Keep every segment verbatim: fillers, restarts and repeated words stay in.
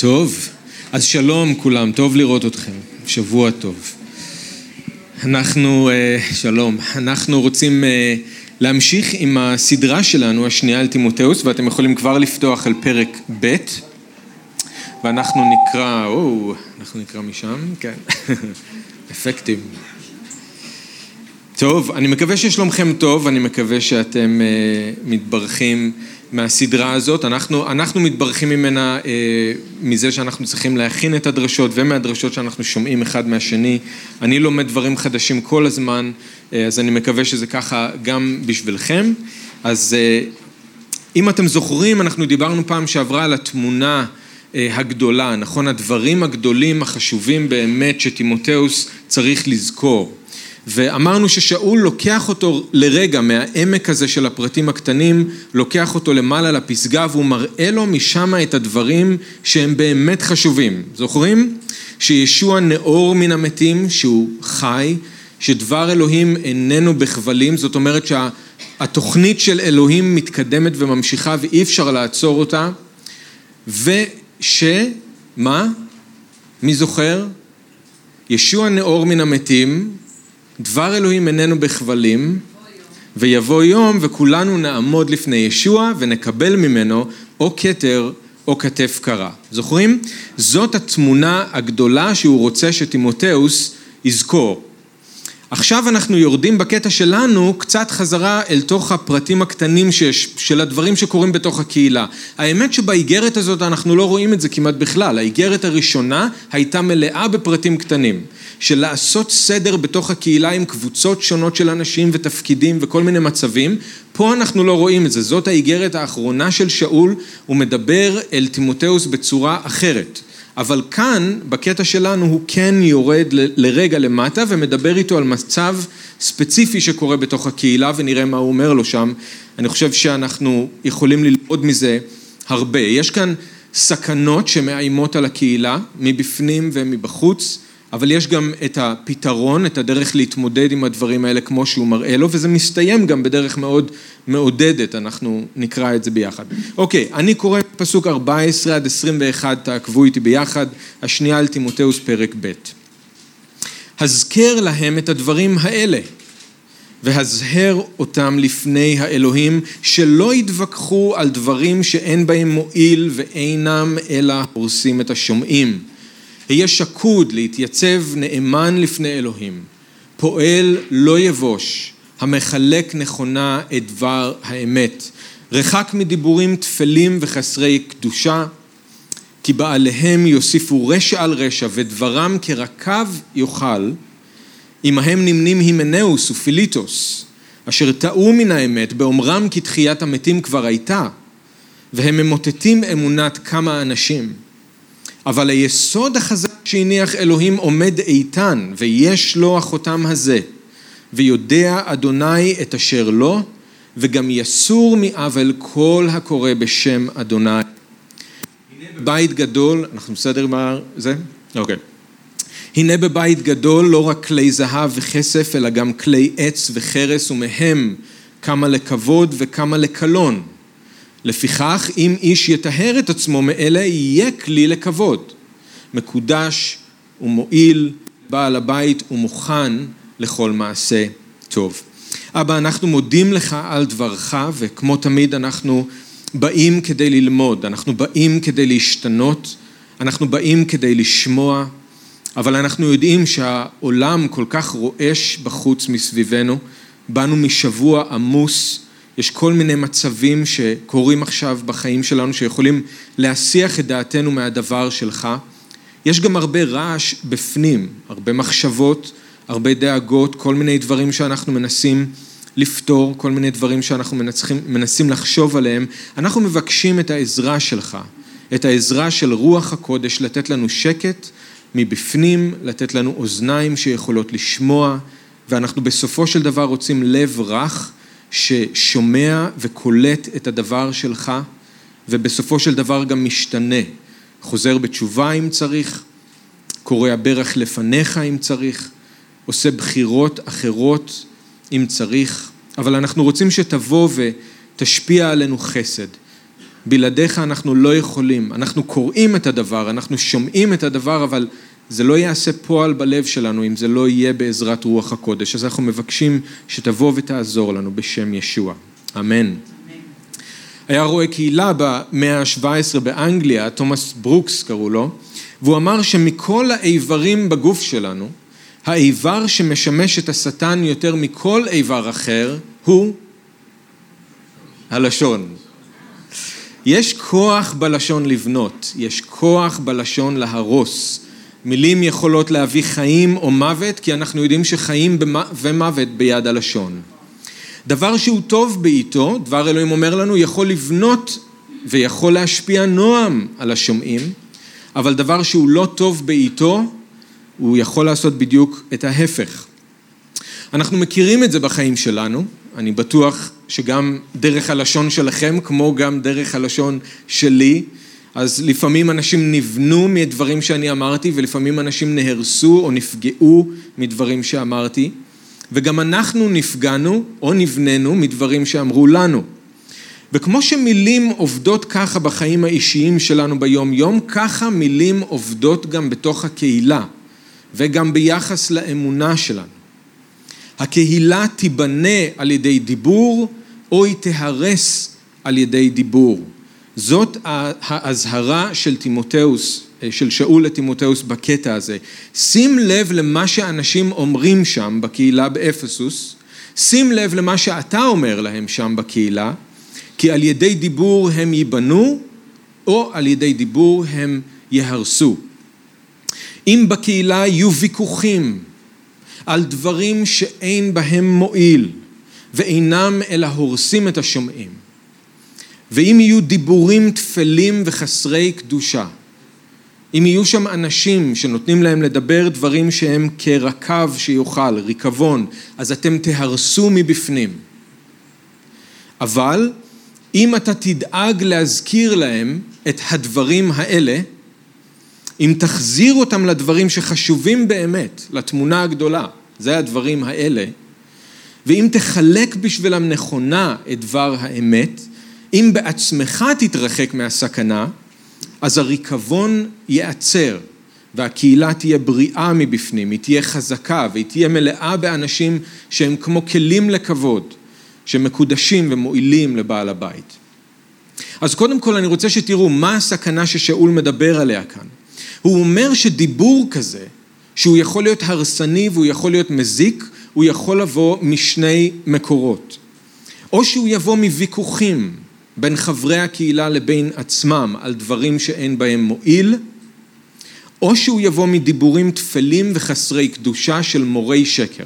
טוב, אז שלום כולם, טוב לראות אתכם, שבוע טוב. אנחנו, שלום, אנחנו רוצים להמשיך עם הסדרה שלנו, השנייה על תימותאוס, ואתם יכולים כבר לפתוח על פרק ב', ואנחנו נקרא, או, אנחנו נקרא משם, כן, אפקטיב. טוב, אני מקווה ששלומכם טוב, אני מקווה שאתם uh, מתברכים מהסדרה הזאת. אנחנו, אנחנו מתברכים ממנה uh, מזה שאנחנו צריכים להכין את הדרשות ומהדרשות שאנחנו שומעים אחד מהשני. אני לומד דברים חדשים כל הזמן, uh, אז אני מקווה שזה ככה גם בשבילכם. אז uh, אם אתם זוכרים, אנחנו דיברנו פעם שעברה על התמונה uh, הגדולה, נכון? הדברים הגדולים, החשובים באמת שתימותאוס צריך לזכור. ואמרנו ששאול לוקח אותו לרגע מהעמק הזה של הפרטים הקטנים, לוקח אותו למעלה לפסגה והוא מראה לו משם את הדברים שהם באמת חשובים. זוכרים? שישוע נאור מן המתים, שהוא חי, שדבר אלוהים איננו בכבלים, זאת אומרת שהתוכנית של אלוהים מתקדמת וממשיכה ואי אפשר לעצור אותה, וש... מה? מי זוכר? ישוע נאור מן המתים, דבר אלוהים איננו בכבלים, ויבוא יום וכולנו נעמוד לפני ישוע ונקבל ממנו או כתר או כתף קרה. זוכרים? זאת התמונה הגדולה שהוא רוצה שתימותאוס יזכור. עכשיו אנחנו יורדים בקטע שלנו קצת חזרה אל תוך הפרטים הקטנים שיש, של הדברים שקורים בתוך הקהילה. האמת שבאיגרת הזאת אנחנו לא רואים את זה כמעט בכלל. האיגרת הראשונה הייתה מלאה בפרטים קטנים, של לעשות סדר בתוך הקהילה עם קבוצות שונות של אנשים ותפקידים וכל מיני מצבים. פה אנחנו לא רואים את זה. זאת האיגרת האחרונה של שאול, הוא מדבר אל תימותאוס בצורה אחרת. אבל כאן, בקטע שלנו, הוא כן יורד לרגע למטה ומדבר איתו על מצב ספציפי שקורה בתוך הקהילה, ונראה מה הוא אומר לו שם. אני חושב שאנחנו יכולים ללמוד מזה הרבה. יש כאן סכנות שמאיימות על הקהילה, מבפנים ומבחוץ, אבל יש גם את הפתרון, את הדרך להתמודד עם הדברים האלה כמו שהוא מראה לו, וזה מסתיים גם בדרך מאוד מעודדת, אנחנו נקרא את זה ביחד. אוקיי, אני קורא פסוק ארבע עשרה עד עשרים ואחת, תעקבו איתי ביחד, השנייה על תימותאוס פרק ב'. הזכר להם את הדברים האלה, והזהר אותם לפני האלוהים, שלא יתווכחו על דברים שאין בהם מועיל ואינם אלא הורסים את השומעים. היה שקוד להתייצב נאמן לפני אלוהים, פועל לא יבוש, המחלק נכונה את דבר האמת, רחק מדיבורים תפלים וחסרי קדושה, כי בעליהם יוסיפו רשע על רשע ודברם כרקב יאכל, עמהם נמנים הימנאוס ופיליטוס, אשר טעו מן האמת באומרם כי תחיית המתים כבר הייתה, והם ממוטטים אמונת כמה אנשים. אבל היסוד החזק שהניח אלוהים עומד איתן, ויש לו החותם הזה, ויודע אדוני את אשר לו, וגם יסור מעוול כל הקורא בשם אדוני. הנה בבית גדול, אנחנו בסדר מה זה? אוקיי. הנה בבית גדול לא רק כלי זהב וכסף, אלא גם כלי עץ וחרס, ומהם כמה לכבוד וכמה לקלון. לפיכך, אם איש יטהר את עצמו מאלה, יהיה כלי לכבוד. מקודש ומועיל, בעל הבית ומוכן לכל מעשה טוב. אבא, אנחנו מודים לך על דברך, וכמו תמיד אנחנו באים כדי ללמוד, אנחנו באים כדי להשתנות, אנחנו באים כדי לשמוע, אבל אנחנו יודעים שהעולם כל כך רועש בחוץ מסביבנו, באנו משבוע עמוס, יש כל מיני מצבים שקורים עכשיו בחיים שלנו שיכולים להסיח את דעתנו מהדבר שלך. יש גם הרבה רעש בפנים, הרבה מחשבות, הרבה דאגות, כל מיני דברים שאנחנו מנסים לפתור, כל מיני דברים שאנחנו מנסים, מנסים לחשוב עליהם. אנחנו מבקשים את העזרה שלך, את העזרה של רוח הקודש, לתת לנו שקט מבפנים, לתת לנו אוזניים שיכולות לשמוע, ואנחנו בסופו של דבר רוצים לב רך, ששומע וקולט את הדבר שלך, ובסופו של דבר גם משתנה. חוזר בתשובה אם צריך, קורא ברך לפניך אם צריך, עושה בחירות אחרות אם צריך, אבל אנחנו רוצים שתבוא ותשפיע עלינו חסד. בלעדיך אנחנו לא יכולים. אנחנו קוראים את הדבר, אנחנו שומעים את הדבר, אבל זה לא יעשה פועל בלב שלנו אם זה לא יהיה בעזרת רוח הקודש. אז אנחנו מבקשים שתבוא ותעזור לנו בשם ישוע. אמן. היה רואה קהילה במאה ה-שבע עשרה באנגליה, תומאס ברוקס קראו לו, והוא אמר שמכל האיברים בגוף שלנו, האיבר שמשמש את השטן יותר מכל איבר אחר הוא הלשון. יש כוח בלשון לבנות, יש כוח בלשון להרוס. מילים יכולות להביא חיים או מוות, כי אנחנו יודעים שחיים ומוות ביד הלשון. דבר שהוא טוב בעיתו, דבר אלוהים אומר לנו, יכול לבנות ויכול להשפיע נועם על השומעים, אבל דבר שהוא לא טוב בעיתו, הוא יכול לעשות בדיוק את ההפך. אנחנו מכירים את זה בחיים שלנו, אני בטוח שגם דרך הלשון שלכם, כמו גם דרך הלשון שלי, אז לפעמים אנשים נבנו מדברים שאני אמרתי, ולפעמים אנשים נהרסו או נפגעו מדברים שאמרתי, וגם אנחנו נפגענו או נבננו מדברים שאמרו לנו. וכמו שמילים עובדות ככה בחיים האישיים שלנו ביום יום, ככה מילים עובדות גם בתוך הקהילה, וגם ביחס לאמונה שלנו. הקהילה תיבנה על ידי דיבור, או היא תהרס על ידי דיבור. זאת ההזהרה של תימותאוס, של שאול לתימותאוס בקטע הזה. שים לב למה שאנשים אומרים שם בקהילה באפסוס, שים לב למה שאתה אומר להם שם בקהילה, כי על ידי דיבור הם ייבנו, או על ידי דיבור הם יהרסו. אם בקהילה יהיו ויכוחים על דברים שאין בהם מועיל, ואינם אלא הורסים את השומעים, ואם יהיו דיבורים תפלים וחסרי קדושה, אם יהיו שם אנשים שנותנים להם לדבר דברים שהם כרקב שיוכל, ריקבון, אז אתם תהרסו מבפנים. אבל אם אתה תדאג להזכיר להם את הדברים האלה, אם תחזיר אותם לדברים שחשובים באמת, לתמונה הגדולה, זה הדברים האלה, ואם תחלק בשבילם נכונה את דבר האמת, אם בעצמך תתרחק מהסכנה, אז הריקבון ייעצר, והקהילה תהיה בריאה מבפנים, היא תהיה חזקה, והיא תהיה מלאה באנשים שהם כמו כלים לכבוד, שמקודשים ומועילים לבעל הבית. אז קודם כל אני רוצה שתראו מה הסכנה ששאול מדבר עליה כאן. הוא אומר שדיבור כזה, שהוא יכול להיות הרסני והוא יכול להיות מזיק, הוא יכול לבוא משני מקורות. או שהוא יבוא מוויכוחים בין חברי הקהילה לבין עצמם על דברים שאין בהם מועיל, או שהוא יבוא מדיבורים תפלים וחסרי קדושה של מורי שקר.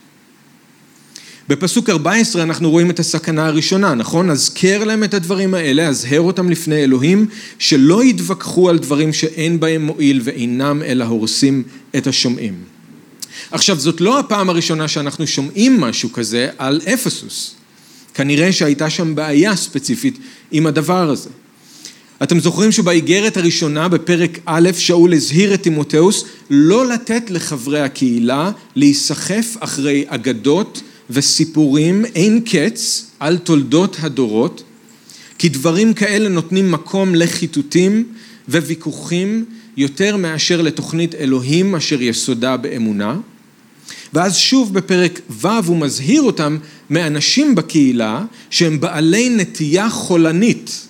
בפסוק ארבע עשרה אנחנו רואים את הסכנה הראשונה, נכון? הזכר להם את הדברים האלה, הזהר אותם לפני אלוהים, שלא יתווכחו על דברים שאין בהם מועיל ואינם אלא הורסים את השומעים. עכשיו, זאת לא הפעם הראשונה שאנחנו שומעים משהו כזה על אפסוס. כנראה שהייתה שם בעיה ספציפית עם הדבר הזה. אתם זוכרים שבאיגרת הראשונה בפרק א' שאול הזהיר את תימותאוס לא לתת לחברי הקהילה להיסחף אחרי אגדות וסיפורים אין קץ על תולדות הדורות, כי דברים כאלה נותנים מקום לחיתותים וויכוחים יותר מאשר לתוכנית אלוהים אשר יסודה באמונה. ואז שוב בפרק ו' הוא מזהיר אותם מאנשים בקהילה שהם בעלי נטייה חולנית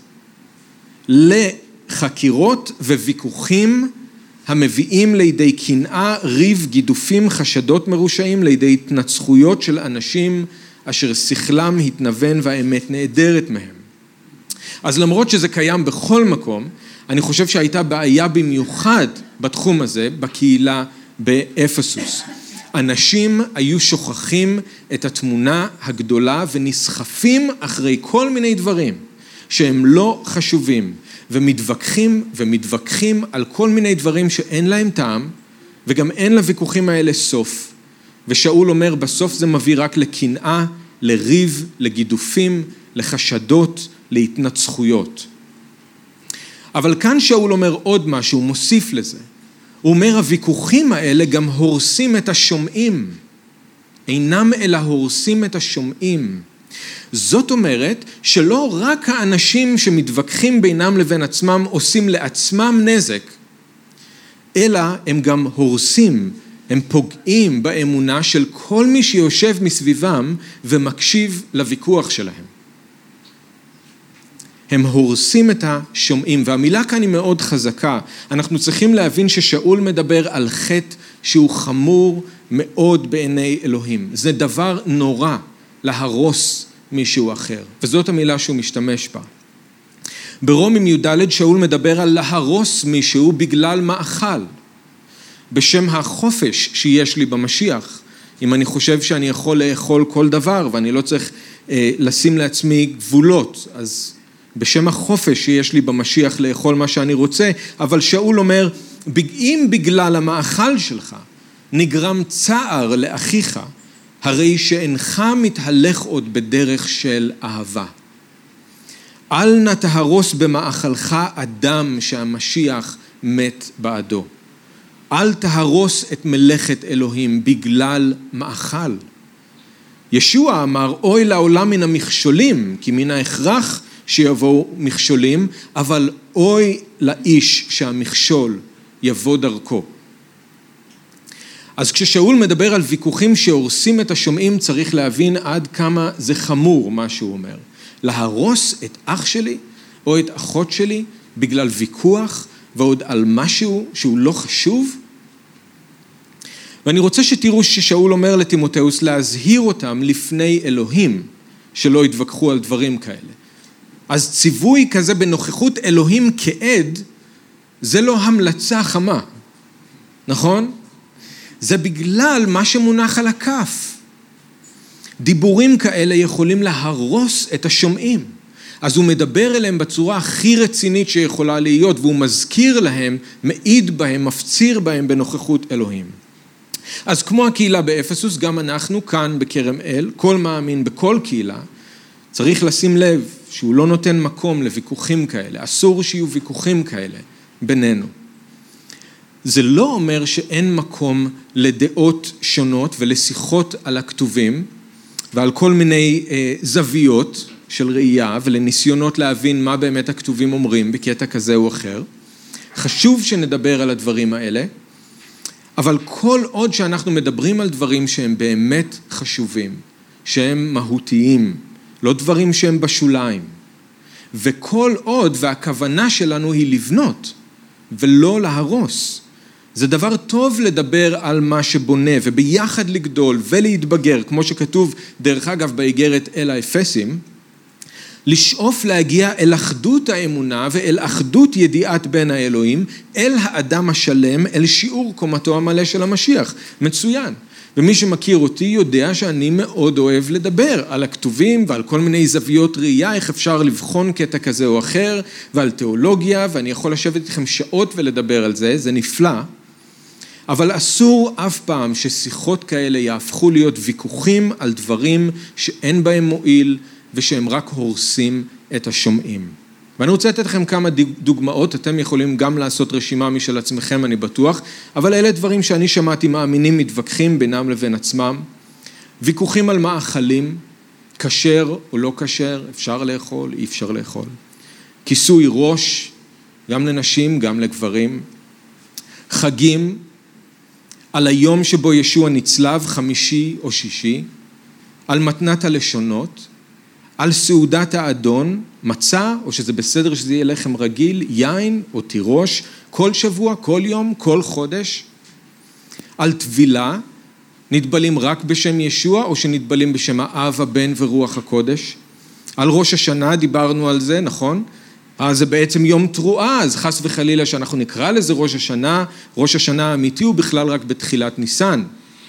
לחקירות וויכוחים המביאים לידי קנאה, ריב, גידופים, חשדות מרושעים, לידי התנצחויות של אנשים אשר שכלם התנוון והאמת נעדרת מהם. אז למרות שזה קיים בכל מקום, אני חושב שהייתה בעיה במיוחד בתחום הזה בקהילה באפסוס. אנשים היו שוכחים את התמונה הגדולה ונסחפים אחרי כל מיני דברים שהם לא חשובים, ומתווכחים ומתווכחים על כל מיני דברים שאין להם טעם, וגם אין לוויכוחים האלה סוף. ושאול אומר, בסוף זה מביא רק לקנאה, לריב, לגידופים, לחשדות, להתנצחויות. אבל כאן שאול אומר עוד משהו, הוא מוסיף לזה. הוא אומר, הוויכוחים האלה גם הורסים את השומעים. אינם אלא הורסים את השומעים. זאת אומרת שלא רק האנשים שמתווכחים בינם לבין עצמם עושים לעצמם נזק, אלא הם גם הורסים, הם פוגעים באמונה של כל מי שיושב מסביבם ומקשיב לוויכוח שלהם. הם הורסים את השומעים, והמילה כאן היא מאוד חזקה. אנחנו צריכים להבין ששאול מדבר על חטא שהוא חמור מאוד בעיני אלוהים. זה דבר נורא להרוס מישהו אחר, וזאת המילה שהוא משתמש בה. ברומים י"ד שאול מדבר על להרוס מישהו בגלל מאכל, בשם החופש שיש לי במשיח. אם אני חושב שאני יכול לאכול כל דבר ואני לא צריך אה, לשים לעצמי גבולות, אז בשם החופש שיש לי במשיח לאכול מה שאני רוצה, אבל שאול אומר, אם בגלל המאכל שלך נגרם צער לאחיך, הרי שאינך מתהלך עוד בדרך של אהבה. אל נא תהרוס במאכלך אדם שהמשיח מת בעדו. אל תהרוס את מלאכת אלוהים בגלל מאכל. ישוע אמר, אוי לעולם מן המכשולים, כי מן ההכרח שיבואו מכשולים, אבל אוי לאיש שהמכשול יבוא דרכו. אז כששאול מדבר על ויכוחים שהורסים את השומעים, צריך להבין עד כמה זה חמור מה שהוא אומר. להרוס את אח שלי או את אחות שלי בגלל ויכוח ועוד על משהו שהוא לא חשוב. ואני רוצה שתראו ששאול אומר לתימותאוס להזהיר אותם לפני אלוהים, שלא יתווכחו על דברים כאלה. אז ציווי כזה בנוכחות אלוהים כעד, זה לא המלצה חמה, נכון? זה בגלל מה שמונח על הכף. דיבורים כאלה יכולים להרוס את השומעים. אז הוא מדבר אליהם בצורה הכי רצינית שיכולה להיות, והוא מזכיר להם, מעיד בהם, מפציר בהם בנוכחות אלוהים. אז כמו הקהילה באפסוס, גם אנחנו כאן בכרם אל, כל מאמין בכל קהילה, צריך לשים לב שהוא לא נותן מקום לוויכוחים כאלה, אסור שיהיו ויכוחים כאלה בינינו. זה לא אומר שאין מקום לדעות שונות ולשיחות על הכתובים, ועל כל מיני אה, זוויות של ראייה, ולניסיונות להבין מה באמת הכתובים אומרים בקטע כזה או אחר. חשוב שנדבר על הדברים האלה, אבל כל עוד שאנחנו מדברים על דברים שהם באמת חשובים, שהם מהותיים, לא דברים שהם בשוליים, וכל עוד והכוונה שלנו היא לבנות ולא להרוס, זה דבר טוב לדבר על מה שבונה וביחד לגדול ולהתבגר, כמו שכתוב דרך אגב באיגרת אל האפסים, לשאוף להגיע אל אחדות האמונה ואל אחדות ידיעת בין האלוהים, אל האדם השלם, אל שיעור קומתו המלא של המשיח. מצוין. ומי שמכיר אותי יודע שאני מאוד אוהב לדבר על הכתובים ועל כל מיני זוויות ראייה, איך אפשר לבחון קטע כזה או אחר, ועל תיאולוגיה, ואני יכול לשבת איתכם שעות ולדבר על זה, זה נפלא. אבל אסור אף פעם ששיחות כאלה יהפכו להיות ויכוחים על דברים שאין בהם מועיל, ושהם רק הורסים את השומעים. ואני רוצה לתת לכם כמה דוגמאות, אתם יכולים גם לעשות רשימה משל עצמכם, אני בטוח, אבל אלה דברים שאני שמעתי מאמינים מתווכחים בינם לבין עצמם, ויכוחים על מאכלים, כשר או לא כשר, אפשר לאכול, אי אפשר לאכול, כיסוי ראש, גם לנשים, גם לגברים, חגים, על היום שבו ישוע נצלב, חמישי או שישי, על מתנת הלשונות, על סעודת האדון, מצה, או שזה בסדר שזה יהיה לחם רגיל, יין או תירוש, כל שבוע, כל יום, כל חודש. על טבילה, נטבלים רק בשם ישוע, או שנטבלים בשם האב, הבן ורוח הקודש. על ראש השנה, דיברנו על זה, נכון? אז זה בעצם יום תרועה, אז חס וחלילה שאנחנו נקרא לזה ראש השנה, ראש השנה האמיתי הוא בכלל רק בתחילת ניסן.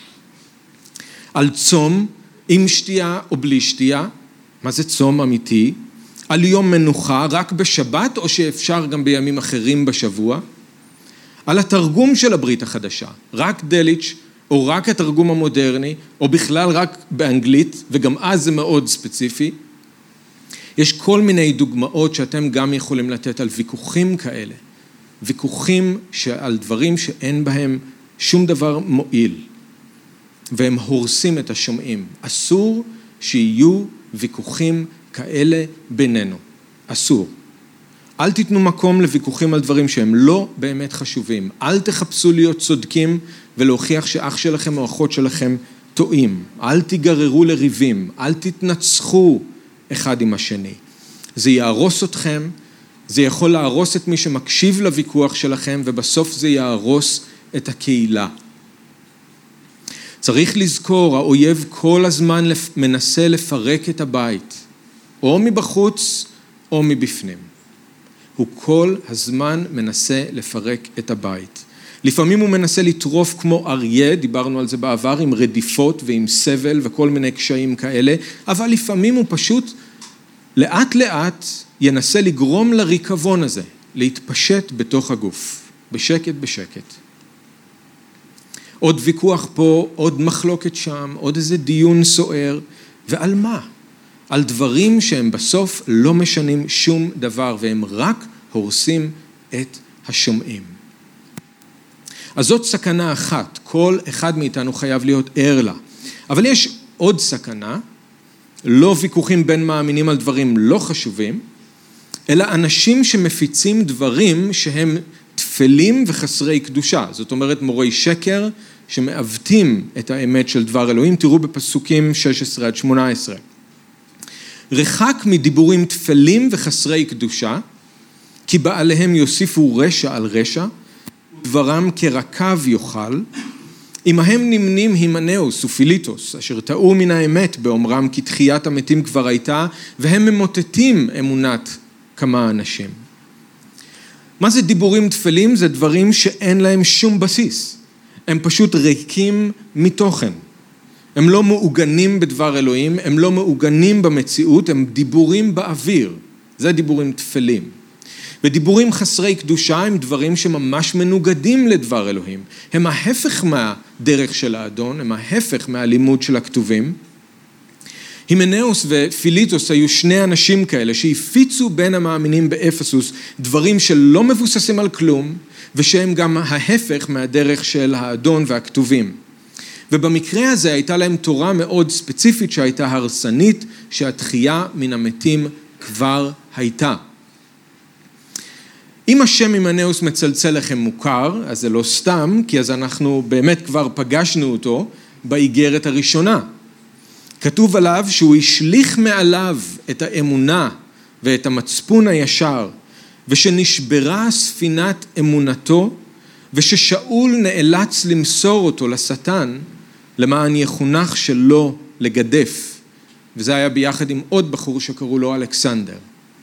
על צום, עם שתייה או בלי שתייה, מה זה צום אמיתי? על יום מנוחה, רק בשבת או שאפשר גם בימים אחרים בשבוע? על התרגום של הברית החדשה, רק דליץ' או רק התרגום המודרני, או בכלל רק באנגלית, וגם אז זה מאוד ספציפי. יש כל מיני דוגמאות שאתם גם יכולים לתת על ויכוחים כאלה, ויכוחים על דברים שאין בהם שום דבר מועיל, והם הורסים את השומעים. אסור שיהיו ויכוחים כאלה בינינו. אסור. אל תיתנו מקום לוויכוחים על דברים שהם לא באמת חשובים. אל תחפשו להיות צודקים ולהוכיח שאח שלכם או אחות שלכם טועים. אל תיגררו לריבים. אל תתנצחו אחד עם השני. זה יהרוס אתכם, זה יכול להרוס את מי שמקשיב לוויכוח שלכם, ובסוף זה יהרוס את הקהילה. צריך לזכור, האויב כל הזמן מנסה לפרק את הבית, או מבחוץ או מבפנים. הוא כל הזמן מנסה לפרק את הבית. לפעמים הוא מנסה לטרוף כמו אריה, דיברנו על זה בעבר, עם רדיפות ועם סבל וכל מיני קשיים כאלה, אבל לפעמים הוא פשוט לאט לאט ינסה לגרום לריקבון הזה, להתפשט בתוך הגוף, בשקט בשקט. עוד ויכוח פה, עוד מחלוקת שם, עוד איזה דיון סוער, ועל מה? על דברים שהם בסוף לא משנים שום דבר, והם רק הורסים את השומעים. אז זאת סכנה אחת, כל אחד מאיתנו חייב להיות ער לה. אבל יש עוד סכנה, לא ויכוחים בין מאמינים על דברים לא חשובים, אלא אנשים שמפיצים דברים שהם תפלים וחסרי קדושה. זאת אומרת מורי שקר שמעוותים את האמת של דבר אלוהים. תראו בפסוקים שש עשרה עד שמונה עשרה. רחק מדיבורים תפלים וחסרי קדושה, כי בעליהם יוסיפו רשע על רשע, דברם כרקב יאכל, עמהם נמנים הימנאוס ופיליטוס, אשר טעו מן האמת באומרם כי תחיית המתים כבר הייתה, והם ממוטטים אמונת כמה אנשים. מה זה דיבורים תפלים? זה דברים שאין להם שום בסיס. הם פשוט ריקים מתוכן. הם לא מעוגנים בדבר אלוהים, הם לא מעוגנים במציאות, הם דיבורים באוויר. זה דיבורים תפלים. ודיבורים חסרי קדושה הם דברים שממש מנוגדים לדבר אלוהים. הם ההפך מהדרך של האדון, הם ההפך מהלימוד של הכתובים. הימנאוס ופיליטוס היו שני אנשים כאלה שהפיצו בין המאמינים באפסוס דברים שלא מבוססים על כלום, ושהם גם ההפך מהדרך של האדון והכתובים. ובמקרה הזה הייתה להם תורה מאוד ספציפית שהייתה הרסנית, שהתחייה מן המתים כבר הייתה. אם השם הימנאוס מצלצל לכם מוכר, אז זה לא סתם, כי אז אנחנו באמת כבר פגשנו אותו באיגרת הראשונה. כתוב עליו שהוא השליך מעליו את האמונה ואת המצפון הישר, ושנשברה ספינת אמונתו, וששאול נאלץ למסור אותו לשטן, למען יחונך שלא לגדף. וזה היה ביחד עם עוד בחור שקראו לו אלכסנדר.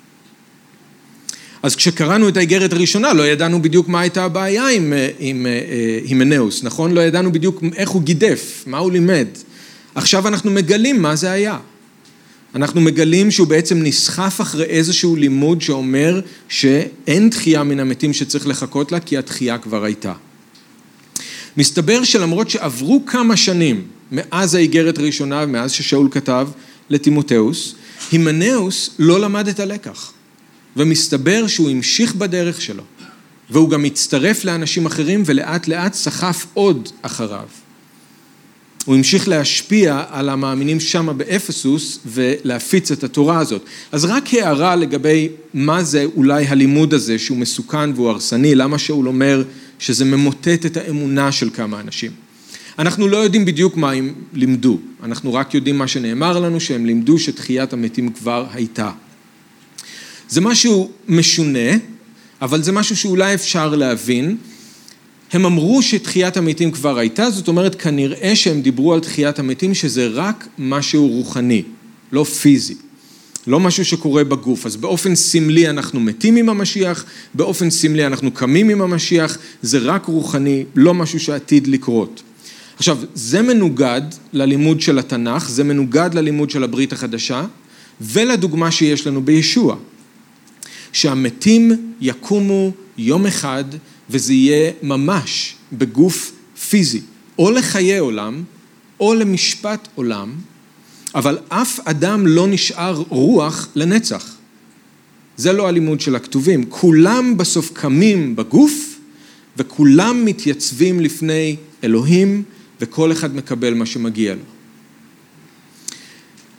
אז כשקראנו את האיגרת הראשונה, לא ידענו בדיוק מה הייתה הבעיה עם, עם הימנאוס, נכון? לא ידענו בדיוק איך הוא גידף, מה הוא לימד. עכשיו אנחנו מגלים מה זה היה. אנחנו מגלים שהוא בעצם נסחף אחרי איזשהו לימוד שאומר שאין תחייה מן המתים שצריך לחכות לה, כי התחייה כבר הייתה. מסתבר שלמרות שעברו כמה שנים מאז האיגרת הראשונה ומאז ששאול כתב לטימותאוס, הימנאוס לא למד את הלקח. ומסתבר שהוא המשיך בדרך שלו, והוא גם הצטרף לאנשים אחרים ולאט לאט סחף עוד אחריו. הוא המשיך להשפיע על המאמינים שם באפסוס ולהפיץ את התורה הזאת. אז רק הערה לגבי מה זה אולי הלימוד הזה שהוא מסוכן והוא הרסני, למה שאול אומר שזה ממוטט את האמונה של כמה אנשים. אנחנו לא יודעים בדיוק מה הם לימדו, אנחנו רק יודעים מה שנאמר לנו, שהם לימדו שתחיית המתים כבר הייתה. זה משהו משונה, אבל זה משהו שאולי אפשר להבין. הם אמרו שתחיית המתים כבר הייתה, זאת אומרת כנראה שהם דיברו על תחיית המתים שזה רק משהו רוחני, לא פיזי, לא משהו שקורה בגוף. אז באופן סמלי אנחנו מתים עם המשיח, באופן סמלי אנחנו קמים עם המשיח, זה רק רוחני, לא משהו שעתיד לקרות. עכשיו, זה מנוגד ללימוד של התנ"ך, זה מנוגד ללימוד של הברית החדשה, ולדוגמה שיש לנו בישוע. שהמתים יקומו יום אחד, וזה יהיה ממש בגוף פיזי, או לחיי עולם, או למשפט עולם, אבל אף אדם לא נשאר רוח לנצח. זה לא הלימוד של הכתובים. כולם בסוף קמים בגוף, וכולם מתייצבים לפני אלוהים, וכל אחד מקבל מה שמגיע לו.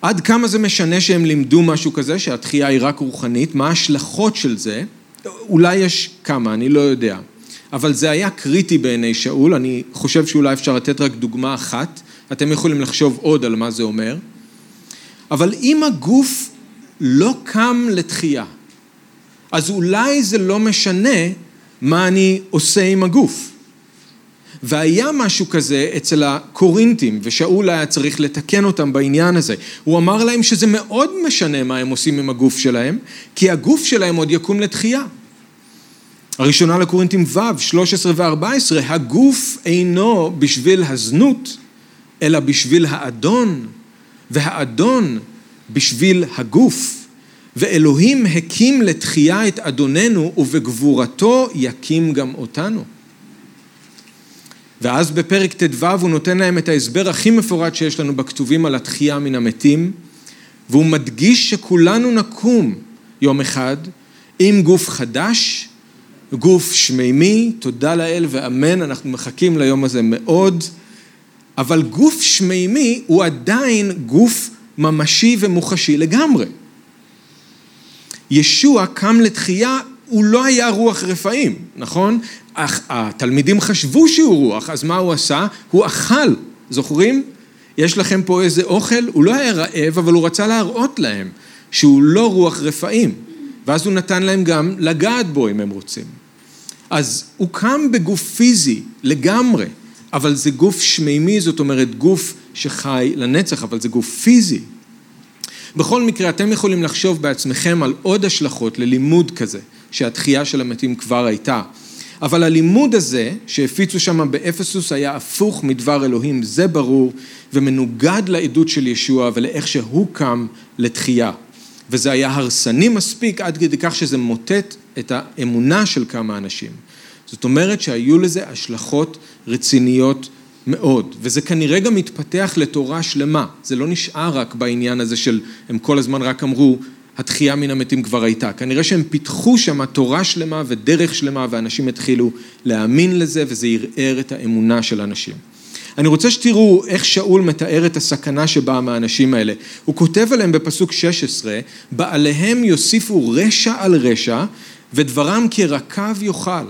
עד כמה זה משנה שהם לימדו משהו כזה, שהתחייה היא רק רוחנית, מה ההשלכות של זה? אולי יש כמה, אני לא יודע. אבל זה היה קריטי בעיני שאול, אני חושב שאולי אפשר לתת רק דוגמה אחת, אתם יכולים לחשוב עוד על מה זה אומר. אבל אם הגוף לא קם לתחייה, אז אולי זה לא משנה מה אני עושה עם הגוף. והיה משהו כזה אצל הקורינתים, ושאול היה צריך לתקן אותם בעניין הזה. הוא אמר להם שזה מאוד משנה מה הם עושים עם הגוף שלהם, כי הגוף שלהם עוד יקום לתחייה. הראשונה לקורינתים ו' שלוש עשרה ו-ארבע עשרה, הגוף אינו בשביל הזנות, אלא בשביל האדון, והאדון בשביל הגוף. ואלוהים הקים לתחייה את אדוננו, ובגבורתו יקים גם אותנו. ואז בפרק ט"ו הוא נותן להם את ההסבר הכי מפורט שיש לנו בכתובים על התחייה מן המתים, והוא מדגיש שכולנו נקום יום אחד עם גוף חדש, גוף שמימי, תודה לאל ואמן, אנחנו מחכים ליום הזה מאוד, אבל גוף שמימי הוא עדיין גוף ממשי ומוחשי לגמרי. ישוע קם לתחייה, הוא לא היה רוח רפאים, נכון? אך התלמידים חשבו שהוא רוח, אז מה הוא עשה? הוא אכל, זוכרים? יש לכם פה איזה אוכל? הוא לא היה רעב, אבל הוא רצה להראות להם שהוא לא רוח רפאים, ואז הוא נתן להם גם לגעת בו אם הם רוצים. אז הוא קם בגוף פיזי לגמרי, אבל זה גוף שמימי, זאת אומרת גוף שחי לנצח, אבל זה גוף פיזי. בכל מקרה, אתם יכולים לחשוב בעצמכם על עוד השלכות ללימוד כזה, שהתחייה של המתים כבר הייתה. אבל הלימוד הזה שהפיצו שם באפסוס היה הפוך מדבר אלוהים, זה ברור, ומנוגד לעדות של ישוע ולאיך שהוא קם לתחייה. וזה היה הרסני מספיק עד כדי כך שזה מוטט את האמונה של כמה אנשים. זאת אומרת שהיו לזה השלכות רציניות מאוד, וזה כנראה גם מתפתח לתורה שלמה. זה לא נשאר רק בעניין הזה של, הם כל הזמן רק אמרו, התחייה מן המתים כבר הייתה. כנראה שהם פיתחו שם תורה שלמה ודרך שלמה, ואנשים התחילו להאמין לזה, וזה ירער את האמונה של אנשים. אני רוצה שתראו איך שאול מתאר את הסכנה שבאה מהאנשים האלה. הוא כותב עליהם בפסוק שש עשרה, בעליהם יוסיפו רשע על רשע, ודברם כרקב יאכל.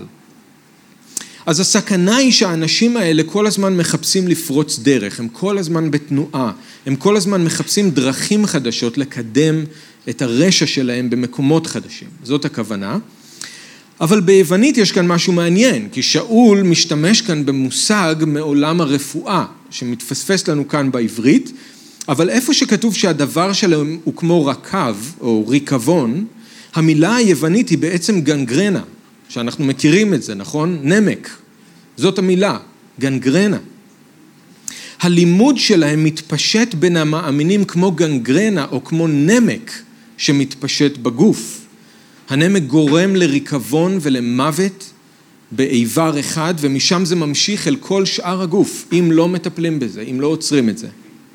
אז הסכנה היא שהאנשים האלה כל הזמן מחפשים לפרוץ דרך, הם כל הזמן בתנועה, הם כל הזמן מחפשים דרכים חדשות לקדם את הרשע שלהם במקומות חדשים. זאת הכוונה. אבל ביוונית יש כאן משהו מעניין, כי שאול משתמש כאן במושג מעולם הרפואה, שמתפספס לנו כאן בעברית, אבל איפה שכתוב שהדבר שלהם הוא כמו רקב או ריקבון, המילה היוונית היא בעצם גנגרנה, שאנחנו מכירים את זה, נכון? נמק. זאת המילה, גנגרנה. הלימוד שלהם מתפשט בין המאמינים כמו גנגרנה או כמו נמק שמתפשט בגוף. הנמק גורם לריקבון ולמוות באיבר אחד, ומשם זה ממשיך אל כל שאר הגוף, אם לא מטפלים בזה, אם לא עוצרים את זה.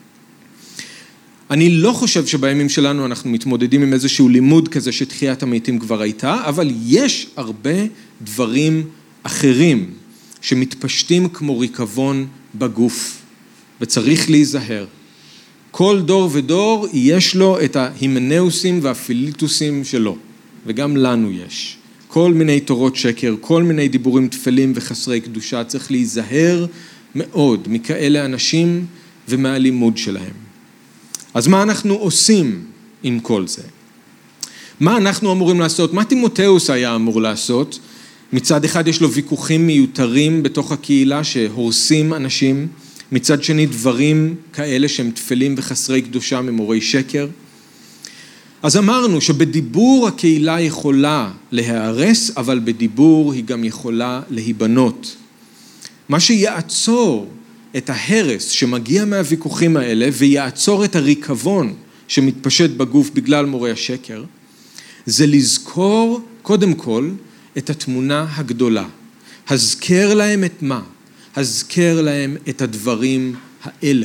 אני לא חושב שבימים שלנו אנחנו מתמודדים עם איזשהו לימוד כזה שתחיית המתים כבר הייתה, אבל יש הרבה דברים אחרים שמתפשטים כמו ריקבון בגוף, וצריך להיזהר. כל דור ודור יש לו את ההימנאוסים והפיליטוסים שלו, וגם לנו יש. כל מיני תורות שקר, כל מיני דיבורים תפלים וחסרי קדושה, צריך להיזהר מאוד מכאלה אנשים ומהלימוד שלהם. אז מה אנחנו עושים עם כל זה? מה אנחנו אמורים לעשות? מה תימותאוס היה אמור לעשות? מצד אחד יש לו ויכוחים מיותרים בתוך הקהילה שהורסים אנשים, מצד שני דברים כאלה שהם תפלים וחסרי קדושה ממורי שקר. אז אמרנו שבדיבור הקהילה יכולה להיהרס, אבל בדיבור היא גם יכולה להיבנות. מה שיעצור את ההרס שמגיע מהוויכוחים האלה, ויעצור את הריקבון שמתפשט בגוף בגלל מורי השקר, זה לזכור קודם כל את התמונה הגדולה. הזכר להם את מה? הזכר להם את הדברים האלה.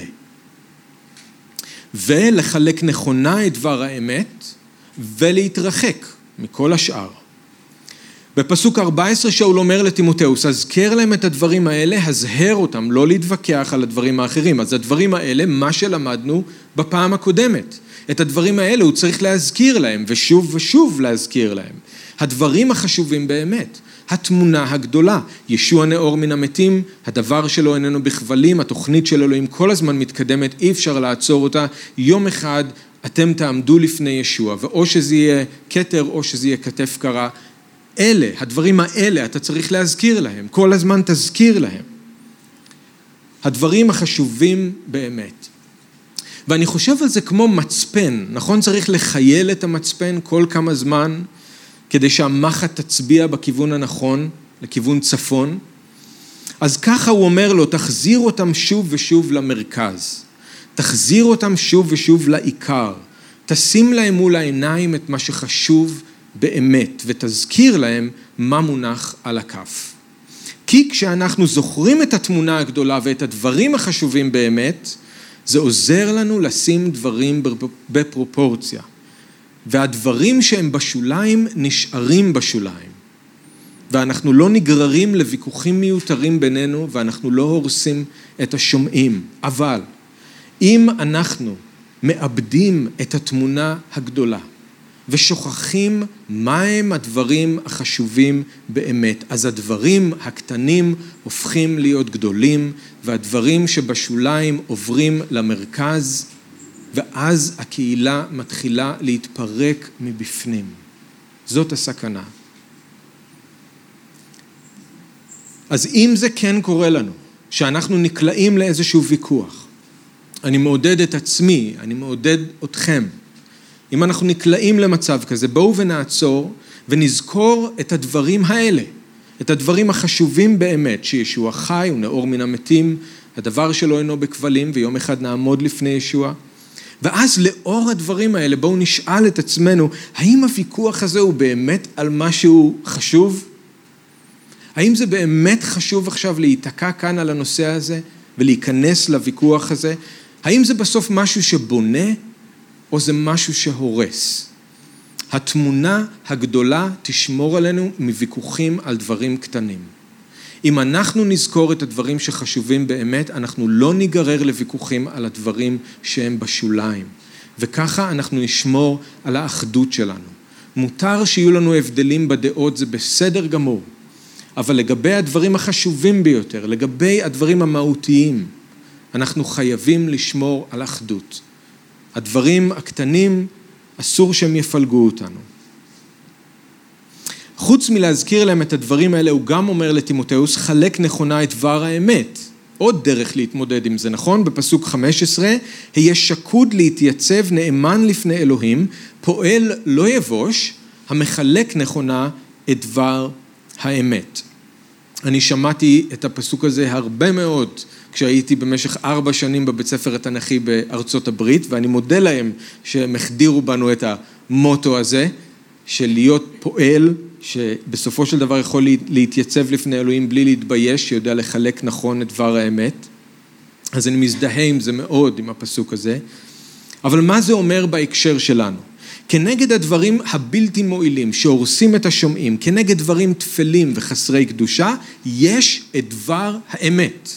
ולחלק נכונה את דבר האמת, ולהתרחק מכל השאר. בפסוק ארבע עשרה שאול אומר לתימותאוס, הזכר להם את הדברים האלה, הזהר אותם, לא להתווכח על הדברים האחרים. אז הדברים האלה, מה שלמדנו בפעם הקודמת. את הדברים האלה הוא צריך להזכיר להם, ושוב ושוב להזכיר להם. הדברים החשובים באמת, התמונה הגדולה, ישוע נאור מן המתים, הדבר שלו איננו בכבלים, התוכנית של אלוהים כל הזמן מתקדמת, אי אפשר לעצור אותה, יום אחד אתם תעמדו לפני ישוע, ואו שזה יהיה כתר או שזה יהיה כתף קרה, אלה, הדברים האלה אתה צריך להזכיר להם, כל הזמן תזכיר להם. הדברים החשובים באמת. ואני חושב על זה כמו מצפן, נכון? צריך לחייל את המצפן כל כמה זמן, כדי שהמחט תצביע בכיוון הנכון, לכיוון צפון. אז ככה הוא אומר לו, תחזיר אותם שוב ושוב למרכז. תחזיר אותם שוב ושוב לעיקר. תשים להם מול העיניים את מה שחשוב באמת, ותזכיר להם מה מונח על הכף. כי כשאנחנו זוכרים את התמונה הגדולה ואת הדברים החשובים באמת, זה עוזר לנו לשים דברים בפרופורציה. והדברים שהם בשוליים נשארים בשוליים. ואנחנו לא נגררים לוויכוחים מיותרים בינינו, ואנחנו לא הורסים את השומעים. אבל אם אנחנו מאבדים את התמונה הגדולה, ושוכחים מהם הדברים החשובים באמת, אז הדברים הקטנים הופכים להיות גדולים, והדברים שבשוליים עוברים למרכז, ואז הקהילה מתחילה להתפרק מבפנים. זאת הסכנה. אז אם זה כן קורה לנו, שאנחנו נקלעים לאיזשהו ויכוח, אני מעודד את עצמי, אני מעודד אתכם, אם אנחנו נקלעים למצב כזה, בואו ונעצור ונזכור את הדברים האלה, את הדברים החשובים באמת, שישוע חי, הוא נאור מן המתים, הדבר שלו אינו בכבלים, ויום אחד נעמוד לפני ישוע. ואז לאור הדברים האלה, בואו נשאל את עצמנו, האם הוויכוח הזה הוא באמת על משהו חשוב? האם זה באמת חשוב עכשיו להיתקע כאן על הנושא הזה, ולהיכנס לוויכוח הזה? האם זה בסוף משהו שבונה, או זה משהו שהורס? התמונה הגדולה תשמור עלינו מוויכוחים על דברים קטנים. אם אנחנו נזכור את הדברים שחשובים באמת, אנחנו לא ניגרר לוויכוחים על הדברים שהם בשוליים. וככה אנחנו נשמור על האחדות שלנו. מותר שיהיו לנו הבדלים בדעות, זה בסדר גמור. אבל לגבי הדברים החשובים ביותר, לגבי הדברים המהותיים, אנחנו חייבים לשמור על אחדות. הדברים הקטנים, אסור שהם יפלגו אותנו. חוץ מלהזכיר להם את הדברים האלה, הוא גם אומר לתימותאוס, חלק נכונה את דבר האמת. עוד דרך להתמודד עם זה, נכון? בפסוק חמש עשרה, היה שקוד להתייצב נאמן לפני אלוהים, פועל לא יבוש, המחלק נכונה את דבר האמת. אני שמעתי את הפסוק הזה הרבה מאוד, כשהייתי במשך ארבע שנים בבית ספר התנ"כי בארצות הברית, ואני מודה להם שהם החדירו בנו את המוטו הזה, של להיות פועל, שבסופו של דבר יכול להתייצב לפני אלוהים בלי להתבייש, שיודע לחלק נכון את דבר האמת. אז אני מזדהה עם זה מאוד, עם הפסוק הזה. אבל מה זה אומר בהקשר שלנו? כנגד הדברים הבלתי מועילים, שהורסים את השומעים, כנגד דברים תפלים וחסרי קדושה, יש את דבר האמת.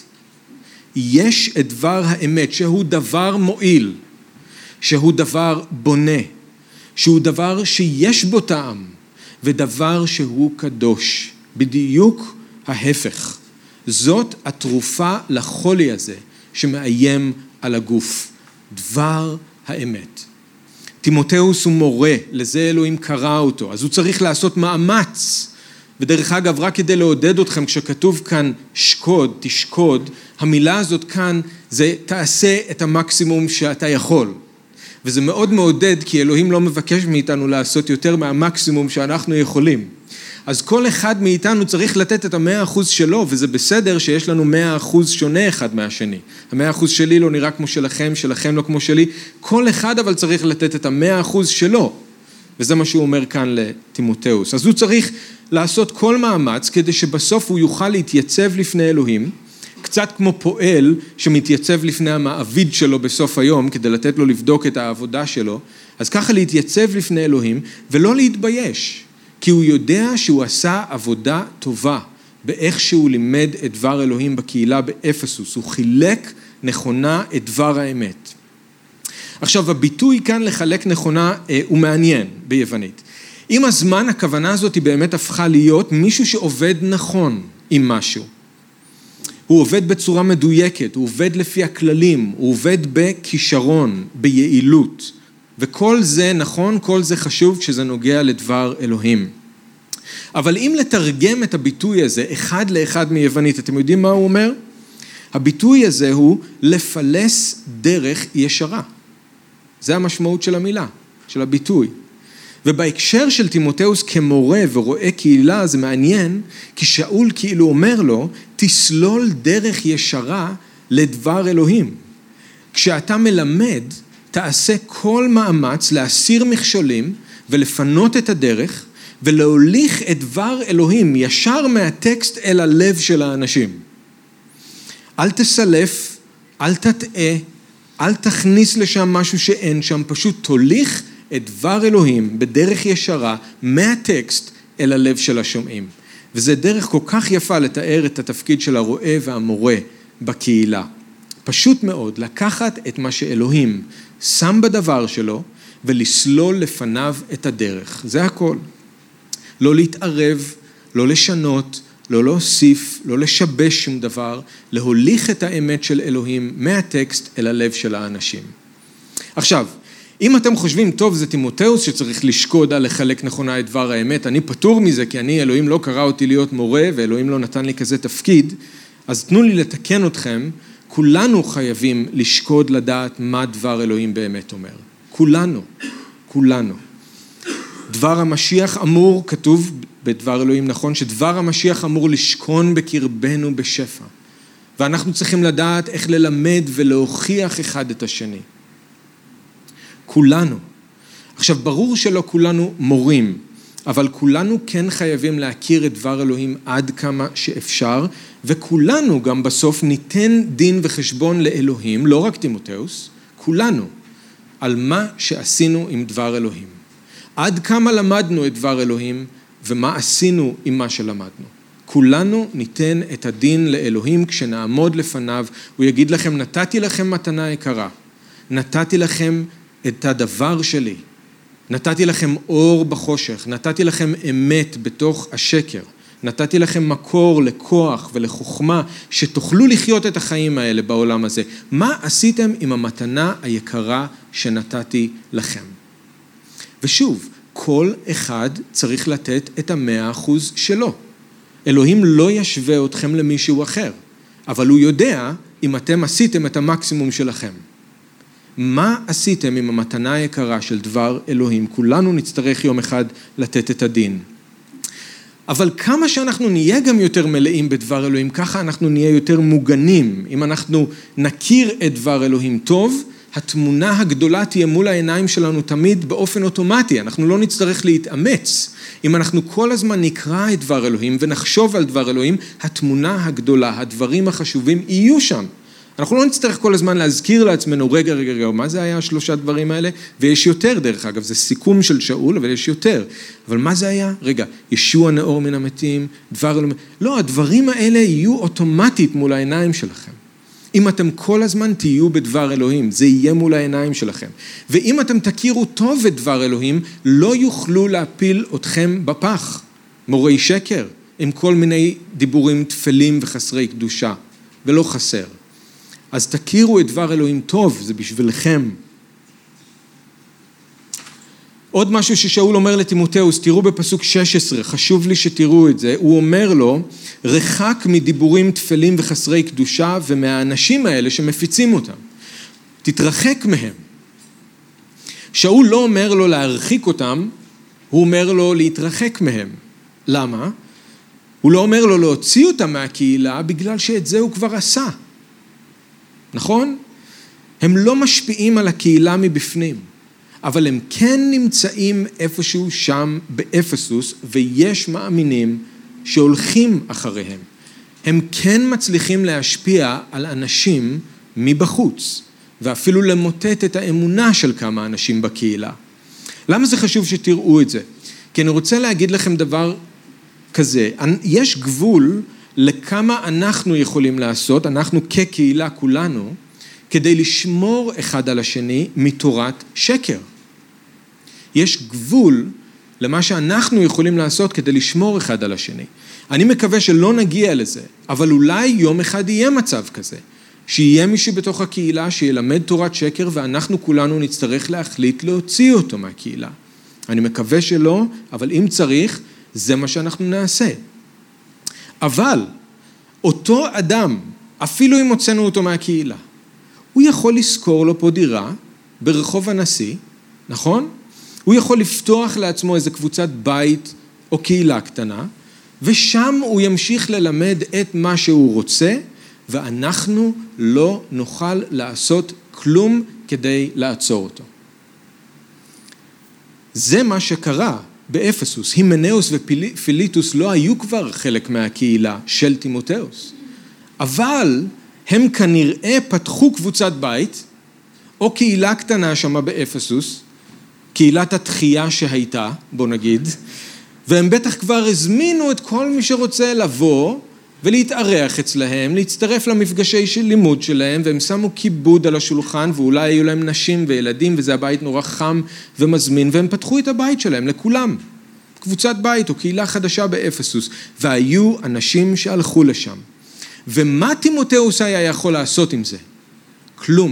יש את דבר האמת, שהוא דבר מועיל, שהוא דבר בונה, שהוא דבר שיש בו טעם, ודבר שהוא קדוש, בדיוק ההפך. זאת התרופה לחולי הזה שמאיים על הגוף, דבר האמת. תימותאוס הוא מורה, לזה אלוהים קרא אותו, אז הוא צריך לעשות מאמץ. ודרך אגב, רק כדי לעודד אתכם, כשכתוב כאן שקוד, תשקוד, המילה הזאת כאן זה תעשה את המקסימום שאתה יכול. וזה מאוד מעודד, כי אלוהים לא מבקש מאיתנו לעשות יותר מהמקסימום שאנחנו יכולים. אז כל אחד מאיתנו צריך לתת את המאה אחוז שלו, וזה בסדר שיש לנו מאה אחוז שונה אחד מהשני. המאה אחוז שלי לא נראה כמו שלכם, שלכם לא כמו שלי. כל אחד אבל צריך לתת את המאה אחוז שלו. וזה מה שהוא אומר כאן לתימותאוס. אז הוא צריך לעשות כל מאמץ, כדי שבסוף הוא יוכל להתייצב לפני אלוהים, קצת כמו פועל שמתייצב לפני המעביד שלו בסוף היום, כדי לתת לו לבדוק את העבודה שלו, אז ככה להתייצב לפני אלוהים, ולא להתבייש, כי הוא יודע שהוא עשה עבודה טובה, באיך שהוא לימד את דבר אלוהים בקהילה באפסוס, הוא חילק נכונה את דבר האמת. עכשיו, הביטוי כאן לחלק נכונה אה, הוא מעניין ביוונית. עם הזמן, הכוונה הזאת היא באמת הפכה להיות מישהו שעובד נכון עם משהו. הוא עובד בצורה מדויקת, הוא עובד לפי הכללים, הוא עובד בכישרון, ביעילות. וכל זה נכון, כל זה חשוב כשזה נוגע לדבר אלוהים. אבל אם לתרגם את הביטוי הזה אחד לאחד מיוונית, אתם יודעים מה הוא אומר? הביטוי הזה הוא לפלס דרך ישרה. זה המשמעות של המילה, של הביטוי. ובהקשר של תימותאוס כמורה ורואה קהילה זה מעניין, כי שאול כאילו אומר לו, תסלול דרך ישרה לדבר אלוהים. כשאתה מלמד, תעשה כל מאמץ להסיר מכשולים ולפנות את הדרך, ולהוליך את דבר אלוהים ישר מהטקסט אל הלב של האנשים. אל תסלף, אל תטעה, אל תכניס לשם משהו שאין שם, פשוט תוליך את דבר אלוהים בדרך ישרה מהטקסט אל הלב של השומעים. וזה דרך כל כך יפה לתאר את התפקיד של הרואה והמורה בקהילה. פשוט מאוד לקחת את מה שאלוהים שם בדבר שלו ולסלול לפניו את הדרך. זה הכל. לא להתערב, לא לשנות, לא להוסיף, לא לשבש שום דבר, להוליך את האמת של אלוהים מהטקסט אל הלב של האנשים. עכשיו, אם אתם חושבים, טוב, זה תימותאוס שצריך לשקוד על לחלק נכונה את דבר האמת, אני פטור מזה כי אני, אלוהים לא קרא אותי להיות מורה ואלוהים לא נתן לי כזה תפקיד, אז תנו לי לתקן אתכם, כולנו חייבים לשקוד לדעת מה דבר אלוהים באמת אומר. כולנו, כולנו. דבר המשיח אמור, כתוב בדבר אלוהים נכון, שדבר המשיח אמור לשכון בקרבנו בשפע. ואנחנו צריכים לדעת איך ללמד ולהוכיח אחד את השני. כולנו. עכשיו, ברור שלא כולנו מורים, אבל כולנו כן חייבים להכיר את דבר אלוהים עד כמה שאפשר, וכולנו גם בסוף ניתן דין וחשבון לאלוהים, לא רק תימותאוס, כולנו, על מה שעשינו עם דבר אלוהים. עד כמה למדנו את דבר אלוהים, ומה עשינו עם מה שלמדנו. כולנו ניתן את הדין לאלוהים כשנעמוד לפניו, הוא יגיד לכם, נתתי לכם מתנה יקרה, נתתי לכם את הדבר שלי, נתתי לכם אור בחושך, נתתי לכם אמת בתוך השקר, נתתי לכם מקור לכוח ולחוכמה, שתוכלו לחיות את החיים האלה בעולם הזה. מה עשיתם עם המתנה היקרה שנתתי לכם? ושוב, כל אחד צריך לתת את המאה אחוז שלו. אלוהים לא ישווה אתכם למישהו אחר, אבל הוא יודע אם אתם עשיתם את המקסימום שלכם. מה עשיתם עם המתנה היקרה של דבר אלוהים? כולנו נצטרך יום אחד לתת את הדין. אבל כמה שאנחנו נהיה גם יותר מלאים בדבר אלוהים, ככה אנחנו נהיה יותר מוגנים. אם אנחנו נכיר את דבר אלוהים טוב, התמונה הגדולה תהיה מול העיניים שלנו תמיד באופן אוטומטי. אנחנו לא נצטרך להתאמץ. אם אנחנו כל הזמן נקרא את דבר אלוהים ונחשוב על דבר אלוהים, התמונה הגדולה, הדברים החשובים יהיו שם. אנחנו לא נצטרך כל הזמן להזכיר לעצמנו, רגע, רגע, רגע, מה זה היה השלושה דברים האלה? ויש יותר דרך אגב, זה סיכום של שאול, אבל יש יותר. אבל מה זה היה? רגע, ישוע נאור מן המתים, דבר אלוהים. לא, הדברים האלה יהיו אוטומטית מול העיניים שלכם. אם אתם כל הזמן תהיו בדבר אלוהים, זה יהיה מול העיניים שלכם. ואם אתם תכירו טוב את דבר אלוהים, לא יוכלו להפיל אתכם בפח. מורי שקר, עם כל מיני דיבורים תפלים וחסרי קדושה, ולא חסר. אז תכירו את דבר אלוהים טוב, זה בשבילכם. עוד משהו ששאול אומר לתימותאוס, תראו בפסוק שש עשרה, חשוב לי שתראו את זה, הוא אומר לו, רחק מדיבורים תפלים וחסרי קדושה, ומהאנשים האלה שמפיצים אותם. תתרחק מהם. שאול לא אומר לו להרחיק אותם, הוא אומר לו להתרחק מהם. למה? הוא לא אומר לו להוציא אותם מהקהילה, בגלל שאת זה הוא כבר עשה. נכון? הם לא משפיעים על הקהילה מבפנים, אבל הם כן נמצאים איפשהו שם באפסוס, ויש מאמינים שהולכים אחריהם. הם כן מצליחים להשפיע על אנשים מבחוץ, ואפילו למוטט את האמונה של כמה אנשים בקהילה. למה זה חשוב שתראו את זה? כי אני רוצה להגיד לכם דבר כזה, יש גבול לכמה אנחנו יכולים לעשות, אנחנו כקהילה כולנו, כדי לשמור אחד על השני מתורת שקר. יש גבול למה שאנחנו יכולים לעשות כדי לשמור אחד על השני. אני מקווה שלא נגיע לזה, אבל אולי יום אחד יהיה מצב כזה, שיהיה מישהו בתוך הקהילה שילמד תורת שקר, ואנחנו כולנו נצטרך להחליט להוציא אותו מהקהילה. אני מקווה שלא, אבל אם צריך, זה מה שאנחנו נעשה. אבל אותו אדם, אפילו אם הוצאנו אותו מהקהילה, הוא יכול לזכור לו פה דירה ברחוב הנשיא, נכון? הוא יכול לפתוח לעצמו איזו קבוצת בית או קהילה קטנה, ושם הוא ימשיך ללמד את מה שהוא רוצה, ואנחנו לא נוכל לעשות כלום כדי לעצור אותו. זה מה שקרה באפסוס. הימנאוס ופיליטוס לא היו כבר חלק מהקהילה של תימותאוס, אבל הם כנראה פתחו קבוצת בית, או קהילה קטנה שמה באפסוס, קהילת התחייה שהייתה, בוא נגיד, והם בטח כבר הזמינו את כל מי שרוצה לבוא ולהתארח אצלהם, להצטרף למפגשי של לימוד שלהם, והם שמו כיבוד על השולחן, ואולי היו להם נשים וילדים, וזה הבית נורא חם ומזמין, והם פתחו את הבית שלהם לכולם. קבוצת בית או קהילה חדשה באפסוס, והיו אנשים שהלכו לשם. ומה תימותאוס היה יכול לעשות עם זה? כלום.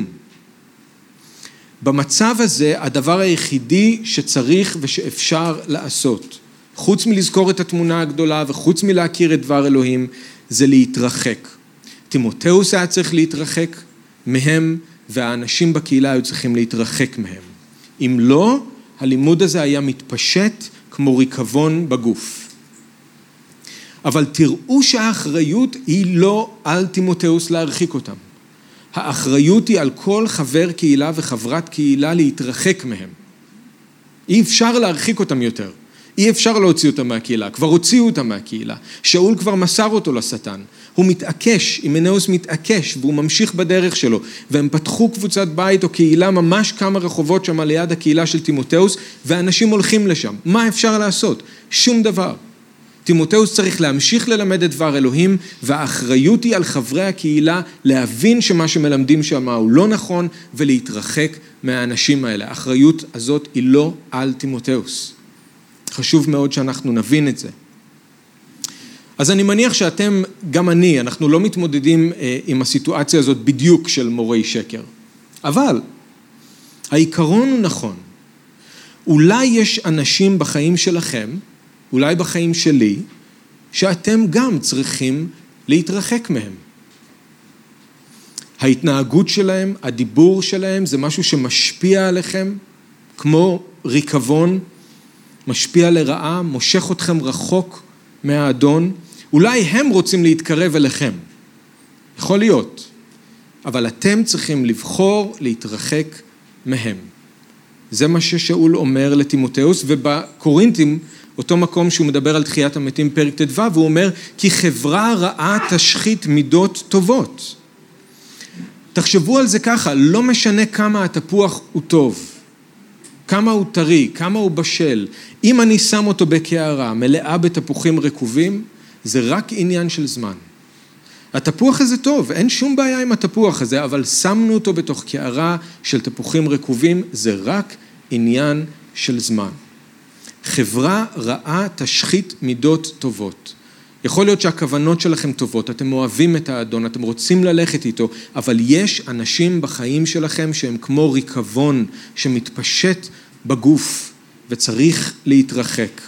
במצב הזה, הדבר היחידי שצריך ושאפשר לעשות, חוץ מלזכור את התמונה הגדולה וחוץ מלהכיר את דבר אלוהים, זה להתרחק. תימותאוס היה צריך להתרחק מהם, והאנשים בקהילה היו צריכים להתרחק מהם. אם לא, הלימוד הזה היה מתפשט כמו ריקבון בגוף. אבל תראו שהאחריות היא לא על תימותאוס להרחיק אותם. האחריות היא על כל חבר קהילה וחברת קהילה להתרחק מהם. אי אפשר להרחיק אותם יותר. אי אפשר להוציא אותם מהקהילה. כבר הוציאו אותם מהקהילה. שאול כבר מסר אותו לשטן. הוא מתעקש, הימנאוס מתעקש, והוא ממשיך בדרך שלו. והם פתחו קבוצת בית או קהילה ממש כמה רחובות שם ליד הקהילה של תימותאוס, ואנשים הולכים לשם. מה אפשר לעשות? שום דבר. תימותאוס צריך להמשיך ללמד את דבר אלוהים, והאחריות היא על חברי הקהילה להבין שמה שמלמדים שם הוא לא נכון, ולהתרחק מהאנשים האלה. האחריות הזאת היא לא על תימותאוס. חשוב מאוד שאנחנו נבין את זה. אז אני מניח שאתם, גם אני, אנחנו לא מתמודדים אה, עם הסיטואציה הזאת בדיוק של מורי שקר. אבל העיקרון הוא נכון. אולי יש אנשים בחיים שלכם, אולי בחיים שלי, שאתם גם צריכים להתרחק מהם. ההתנהגות שלהם, הדיבור שלהם, זה משהו שמשפיע עליכם, כמו ריקבון, משפיע לרעה, מושך אתכם רחוק מהאדון. אולי הם רוצים להתקרב אליכם. יכול להיות. אבל אתם צריכים לבחור להתרחק מהם. זה מה ששאול אומר לתימותאוס, ובקורינתים, אותו מקום שהוא מדבר על תחיית המתים פרק ט"ו, והוא אומר, כי חברה רעה תשחית מידות טובות. תחשבו על זה ככה, לא משנה כמה התפוח הוא טוב, כמה הוא טרי, כמה הוא בשל. אם אני שם אותו בקערה מלאה בתפוחים רקובים, זה רק עניין של זמן. התפוח הזה טוב, אין שום בעיה עם התפוח הזה, אבל שמנו אותו בתוך קערה של תפוחים רקובים, זה רק עניין של זמן. חברה רעה תשחית מידות טובות. יכול להיות שהכוונות שלכם טובות, אתם אוהבים את האדון, אתם רוצים ללכת איתו, אבל יש אנשים בחיים שלכם שהם כמו ריקבון שמתפשט בגוף וצריך להתרחק.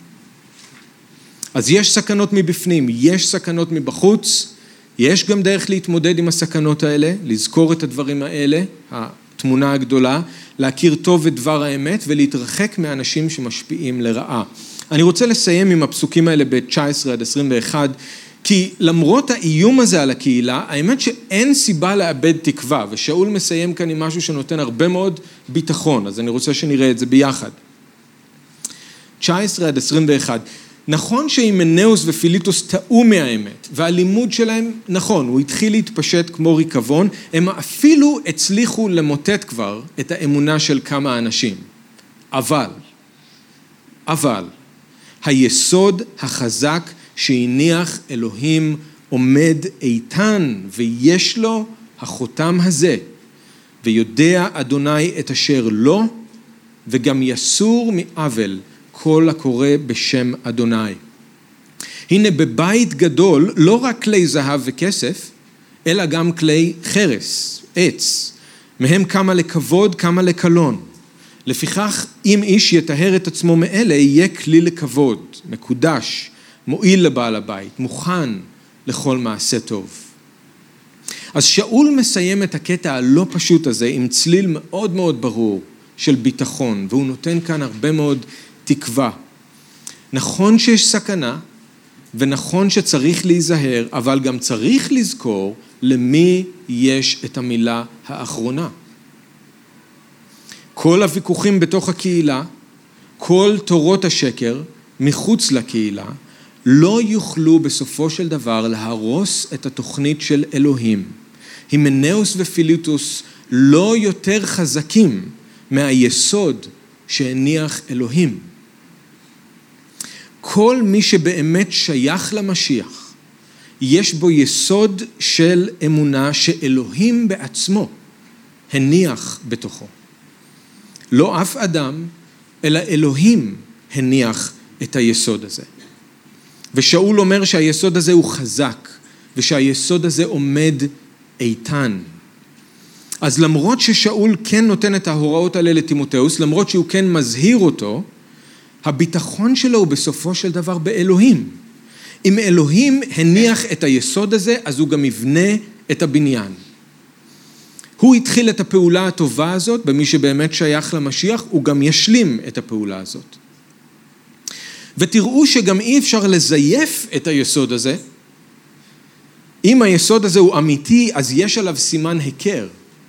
אז יש סכנות מבפנים, יש סכנות מבחוץ, יש גם דרך להתמודד עם הסכנות האלה, לזכור את הדברים האלה, התמונה הגדולה, להכיר טוב את דבר האמת ולהתרחק מאנשים שמשפיעים לרעה. אני רוצה לסיים עם הפסוקים האלה ב-תשע עשרה עד עשרים ואחת, כי למרות האיום הזה על הקהילה, האמת שאין סיבה לאבד תקווה, ושאול מסיים כאן עם משהו שנותן הרבה מאוד ביטחון, אז אני רוצה שנראה את זה ביחד. תשע עשרה עד עשרים ואחת, נכון שהימנאוס ופיליטוס טעו מהאמת, והלימוד שלהם, נכון, הוא התחיל להתפשט כמו ריקבון, הם אפילו הצליחו למוטט כבר את האמונה של כמה אנשים. אבל, אבל, היסוד החזק שהניח אלוהים עומד איתן, ויש לו החותם הזה, ויודע אדוני את אשר לו, וגם יסור מעוול כל הקורא בשם אדוני. הנה בבית גדול לא רק כלי זהב וכסף, אלא גם כלי חרס, עץ, מהם כמה לכבוד, כמה לקלון. לפיכך, אם איש יטהר את עצמו מאלה, יהיה כלי לכבוד, מקודש, מועיל לבעל הבית, מוכן לכל מעשה טוב. אז שאול מסיים את הקטע הלא פשוט הזה עם צליל מאוד מאוד ברור של ביטחון, והוא נותן כאן הרבה מאוד תקווה. נכון שיש סכנה, ונכון שצריך להיזהר, אבל גם צריך לזכור למי יש את המילה האחרונה. כל הוויכוחים בתוך הקהילה, כל תורות השקר מחוץ לקהילה, לא יוכלו בסופו של דבר להרוס את התוכנית של אלוהים. הימנאוס ופיליטוס לא יותר חזקים מהיסוד שהניח אלוהים. כל מי שבאמת שייך למשיח, יש בו יסוד של אמונה שאלוהים בעצמו הניח בתוכו. לא אף אדם, אלא אלוהים הניח את היסוד הזה. ושאול אומר שהיסוד הזה הוא חזק, ושהיסוד הזה עומד איתן. אז למרות ששאול כן נותן את ההוראות האלה לתימותאוס, למרות שהוא כן מזהיר אותו, הביטחון שלו הוא בסופו של דבר באלוהים. אם אלוהים הניח את היסוד הזה, אז הוא גם יבנה את הבניין. הוא התחיל את הפעולה הטובה הזאת, במי שבאמת שייך למשיח, הוא גם ישלים את הפעולה הזאת. ותראו שגם אי אפשר לזייף את היסוד הזה. אם היסוד הזה הוא אמיתי, אז יש עליו סימן היכר.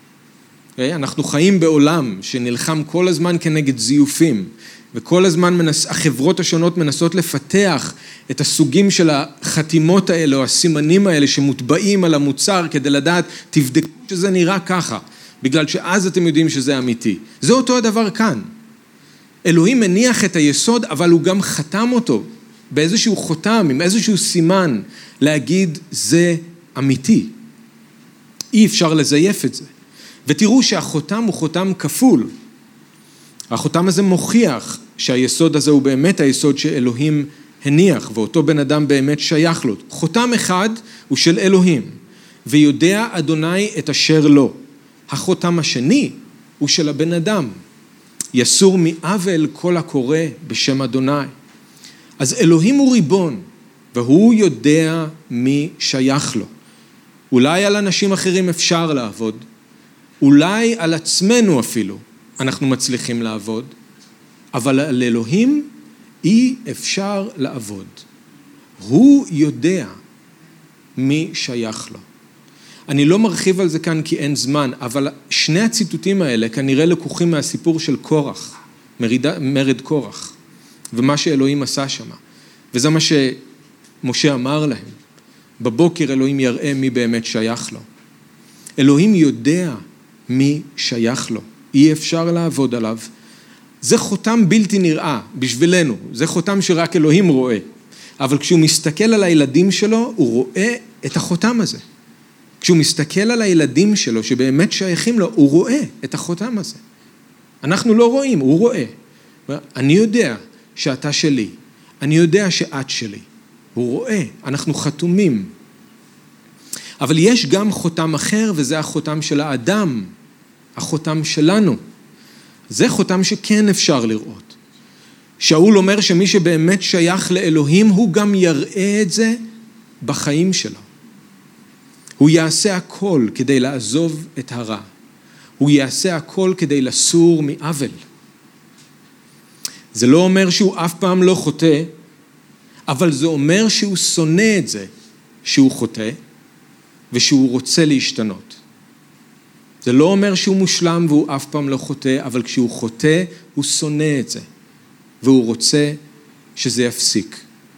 אנחנו חיים בעולם שנלחם כל הזמן כנגד זיופים, וכל הזמן מנס, החברות השונות מנסות לפתח את הסוגים של החתימות האלה, או הסימנים האלה שמוטבעים על המוצר, כדי לדעת, תבדקו שזה נראה ככה, בגלל שאז אתם יודעים שזה אמיתי. זה אותו הדבר כאן. אלוהים מניח את היסוד, אבל הוא גם חתם אותו, באיזשהו חותם, עם איזשהו סימן, להגיד, זה אמיתי. אי אפשר לזייף את זה. ותראו שהחותם הוא חותם כפול. החותם הזה מוכיח שהיסוד הזה הוא באמת היסוד שאלוהים הניח, ואותו בן אדם באמת שייך לו. חותם אחד הוא של אלוהים, ויודע אדוני את אשר לו. החותם השני הוא של הבן אדם. יסור מעוול כל הקורא בשם אדוני. אז אלוהים הוא ריבון, והוא יודע מי שייך לו. אולי על אנשים אחרים אפשר לעבוד, אולי על עצמנו אפילו אנחנו מצליחים לעבוד, אבל על אלוהים אי אפשר לעבוד. הוא יודע מי שייך לו. אני לא מרחיב על זה כאן כי אין זמן, אבל שני הציטוטים האלה כנראה לקוחים מהסיפור של קורח, מרד, מרד קורח, ומה שאלוהים עשה שם. וזה מה שמשה אמר להם. בבוקר אלוהים יראה מי באמת שייך לו. אלוהים יודע מי שייך לו. אי אפשר לעבוד עליו. זה חותם בלתי נראה בשבילנו. זה חותם שרק אלוהים רואה. אבל כשהוא מסתכל על הילדים שלו, הוא רואה את החותם הזה. כשהוא מסתכל על הילדים שלו, שבאמת שייכים לו, הוא רואה את החותם הזה. אנחנו לא רואים, הוא רואה. אני יודע שאתה שלי. אני יודע שאת שלי. הוא רואה, אנחנו חתומים. אבל יש גם חותם אחר, וזה החותם של האדם. החותם שלנו. זה חותם שכן אפשר לראות. שאול אומר שמי שבאמת שייך לאלוהים, הוא גם יראה את זה בחיים שלו. הוא יעשה הכל כדי לעזוב את הרע. הוא יעשה הכל כדי לסור מעוול. זה לא אומר שהוא אף פעם לא חוטא, אבל זה אומר שהוא שונא את זה שהוא חוטא, ושהוא רוצה להשתנות. זה לא אומר שהוא מושלם והוא אף פעם לא חוטא, אבל כשהוא חוטא, הוא שונא את זה, והוא רוצה שזה יפסיק.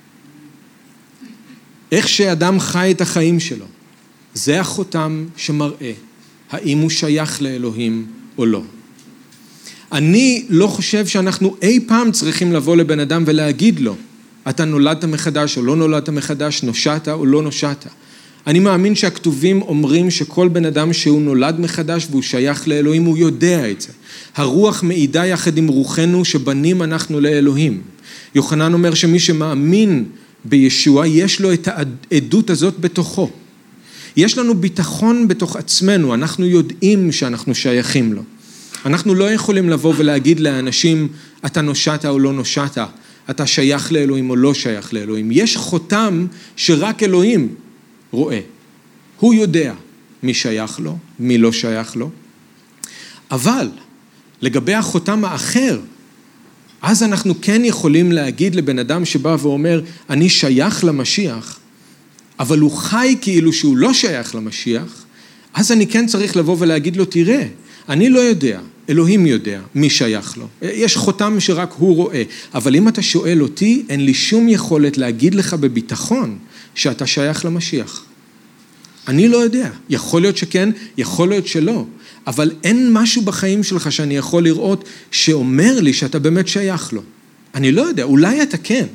איך שאדם חי את החיים שלו, זה החותם שמראה האם הוא שייך לאלוהים או לא. אני לא חושב שאנחנו אי פעם צריכים לבוא לבן אדם ולהגיד לו, אתה נולדת מחדש או לא נולדת מחדש, נושעת או לא נושעת. אני מאמין שהכתובים אומרים שכל בן אדם שהוא נולד מחדש והוא שייך לאלוהים, הוא יודע את זה. הרוח מעידה יחד עם רוחנו שבנים אנחנו לאלוהים. יוחנן אומר שמי שמאמין בישוע, יש לו את העדות הזאת בתוכו. יש לנו ביטחון בתוך עצמנו, אנחנו יודעים שאנחנו שייכים לו. אנחנו לא יכולים לבוא ולהגיד לאנשים, אתה נושעת או לא נושעת, אתה שייך לאלוהים או לא שייך לאלוהים. יש חותם שרק אלוהים רואה. הוא יודע מי שייך לו, מי לא שייך לו. אבל לגבי החותם האחר, אז אנחנו כן יכולים להגיד לבן אדם שבא ואומר, אני שייך למשיח, אבל הוא חי כאילו שהוא לא שייך למשיח, אז אני כן צריך לבוא ולהגיד לו, תראה, אני לא יודע, אלוהים יודע מי שייך לו. יש חותם שרק הוא רואה, אבל אם אתה שואל אותי, אין לי שום יכולת להגיד לך בביטחון שאתה שייך למשיח. אני לא יודע, יכול להיות שכן, יכול להיות שלא, אבל אין משהו בחיים שלך שאני יכול לראות שאומר לי שאתה באמת שייך לו. אני לא יודע, אולי אתה כן,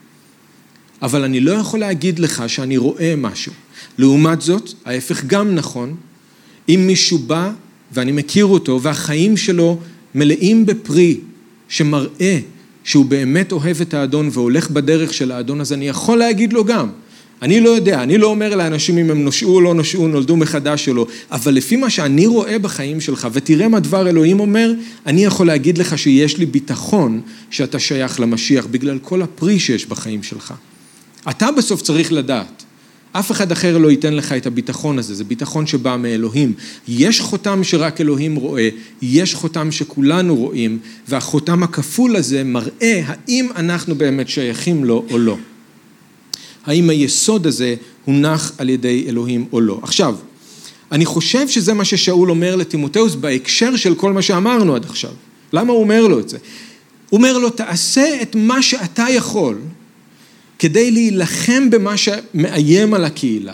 אבל אני לא יכול להגיד לך שאני רואה משהו. לעומת זאת, ההפך גם נכון, אם מישהו בא ואני מכיר אותו והחיים שלו מלאים בפרי שמראה שהוא באמת אוהב את האדון והולך בדרך של האדון, אז אני יכול להגיד לו גם, אני לא יודע, אני לא אומר לאנשים אם הם נושעו או לא נושעו, נולדו מחדש או לא, אבל לפי מה שאני רואה בחיים שלך, ותראה מה דבר אלוהים אומר, אני יכול להגיד לך שיש לי ביטחון שאתה שייך למשיח, בגלל כל הפרי שיש בחיים שלך. אתה בסוף צריך לדעת, אף אחד אחר לא ייתן לך את הביטחון הזה, זה ביטחון שבא מאלוהים. יש חותם שרק אלוהים רואה, יש חותם שכולנו רואים, והחותם הכפול הזה מראה האם אנחנו באמת שייכים לו או לא. האם היסוד הזה הונח על ידי אלוהים או לא. עכשיו, אני חושב שזה מה ששאול אומר לתימותאוס בהקשר של כל מה שאמרנו עד עכשיו. למה הוא אומר לו את זה? הוא אומר לו, תעשה את מה שאתה יכול, כדי להילחם במה שמאיים על הקהילה,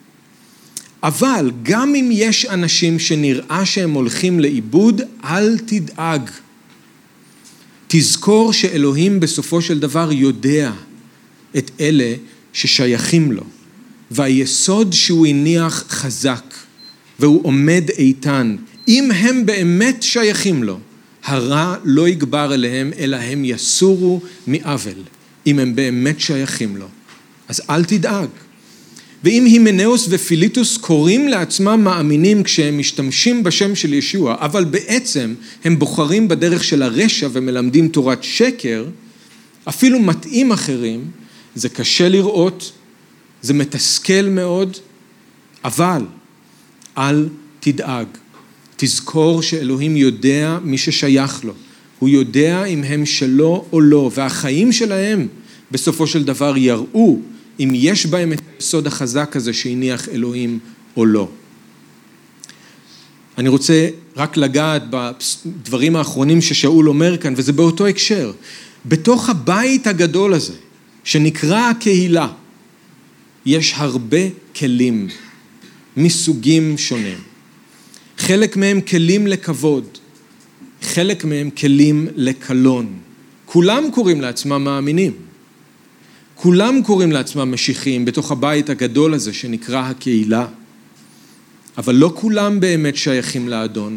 אבל גם אם יש אנשים שנראה שהם הולכים לאיבוד, אל תדאג. תזכור שאלוהים בסופו של דבר יודע את אלה ששייכים לו, והיסוד שהוא הניח חזק, והוא עומד איתן. אם הם באמת שייכים לו, הרע לא יגבר אליהם, אלא הם יסורו מעוול. אם הם באמת שייכים לו, אז אל תדאג. ואם הימנאוס ופיליטוס קוראים לעצמם מאמינים כשהם משתמשים בשם של ישוע, אבל בעצם הם בוחרים בדרך של הרשע ומלמדים תורת שקר, אפילו מתאים אחרים, זה קשה לראות, זה מתסכל מאוד, אבל אל תדאג. תזכור שאלוהים יודע מי ששייך לו. הוא יודע אם הם שלו או לא, והחיים שלהם בסופו של דבר יראו אם יש בהם את הסוד החזק הזה שהניח אלוהים או לא. אני רוצה רק לגעת בדברים האחרונים ששאול אומר כאן, וזה באותו הקשר. בתוך הבית הגדול הזה, שנקרא הקהילה, יש הרבה כלים מסוגים שונים. חלק מהם כלים לכבוד, חלק מהם כלים לקלון. כולם קוראים לעצמם מאמינים. כולם קוראים לעצמם משיחיים בתוך הבית הגדול הזה שנקרא הקהילה. אבל לא כולם באמת שייכים לאדון.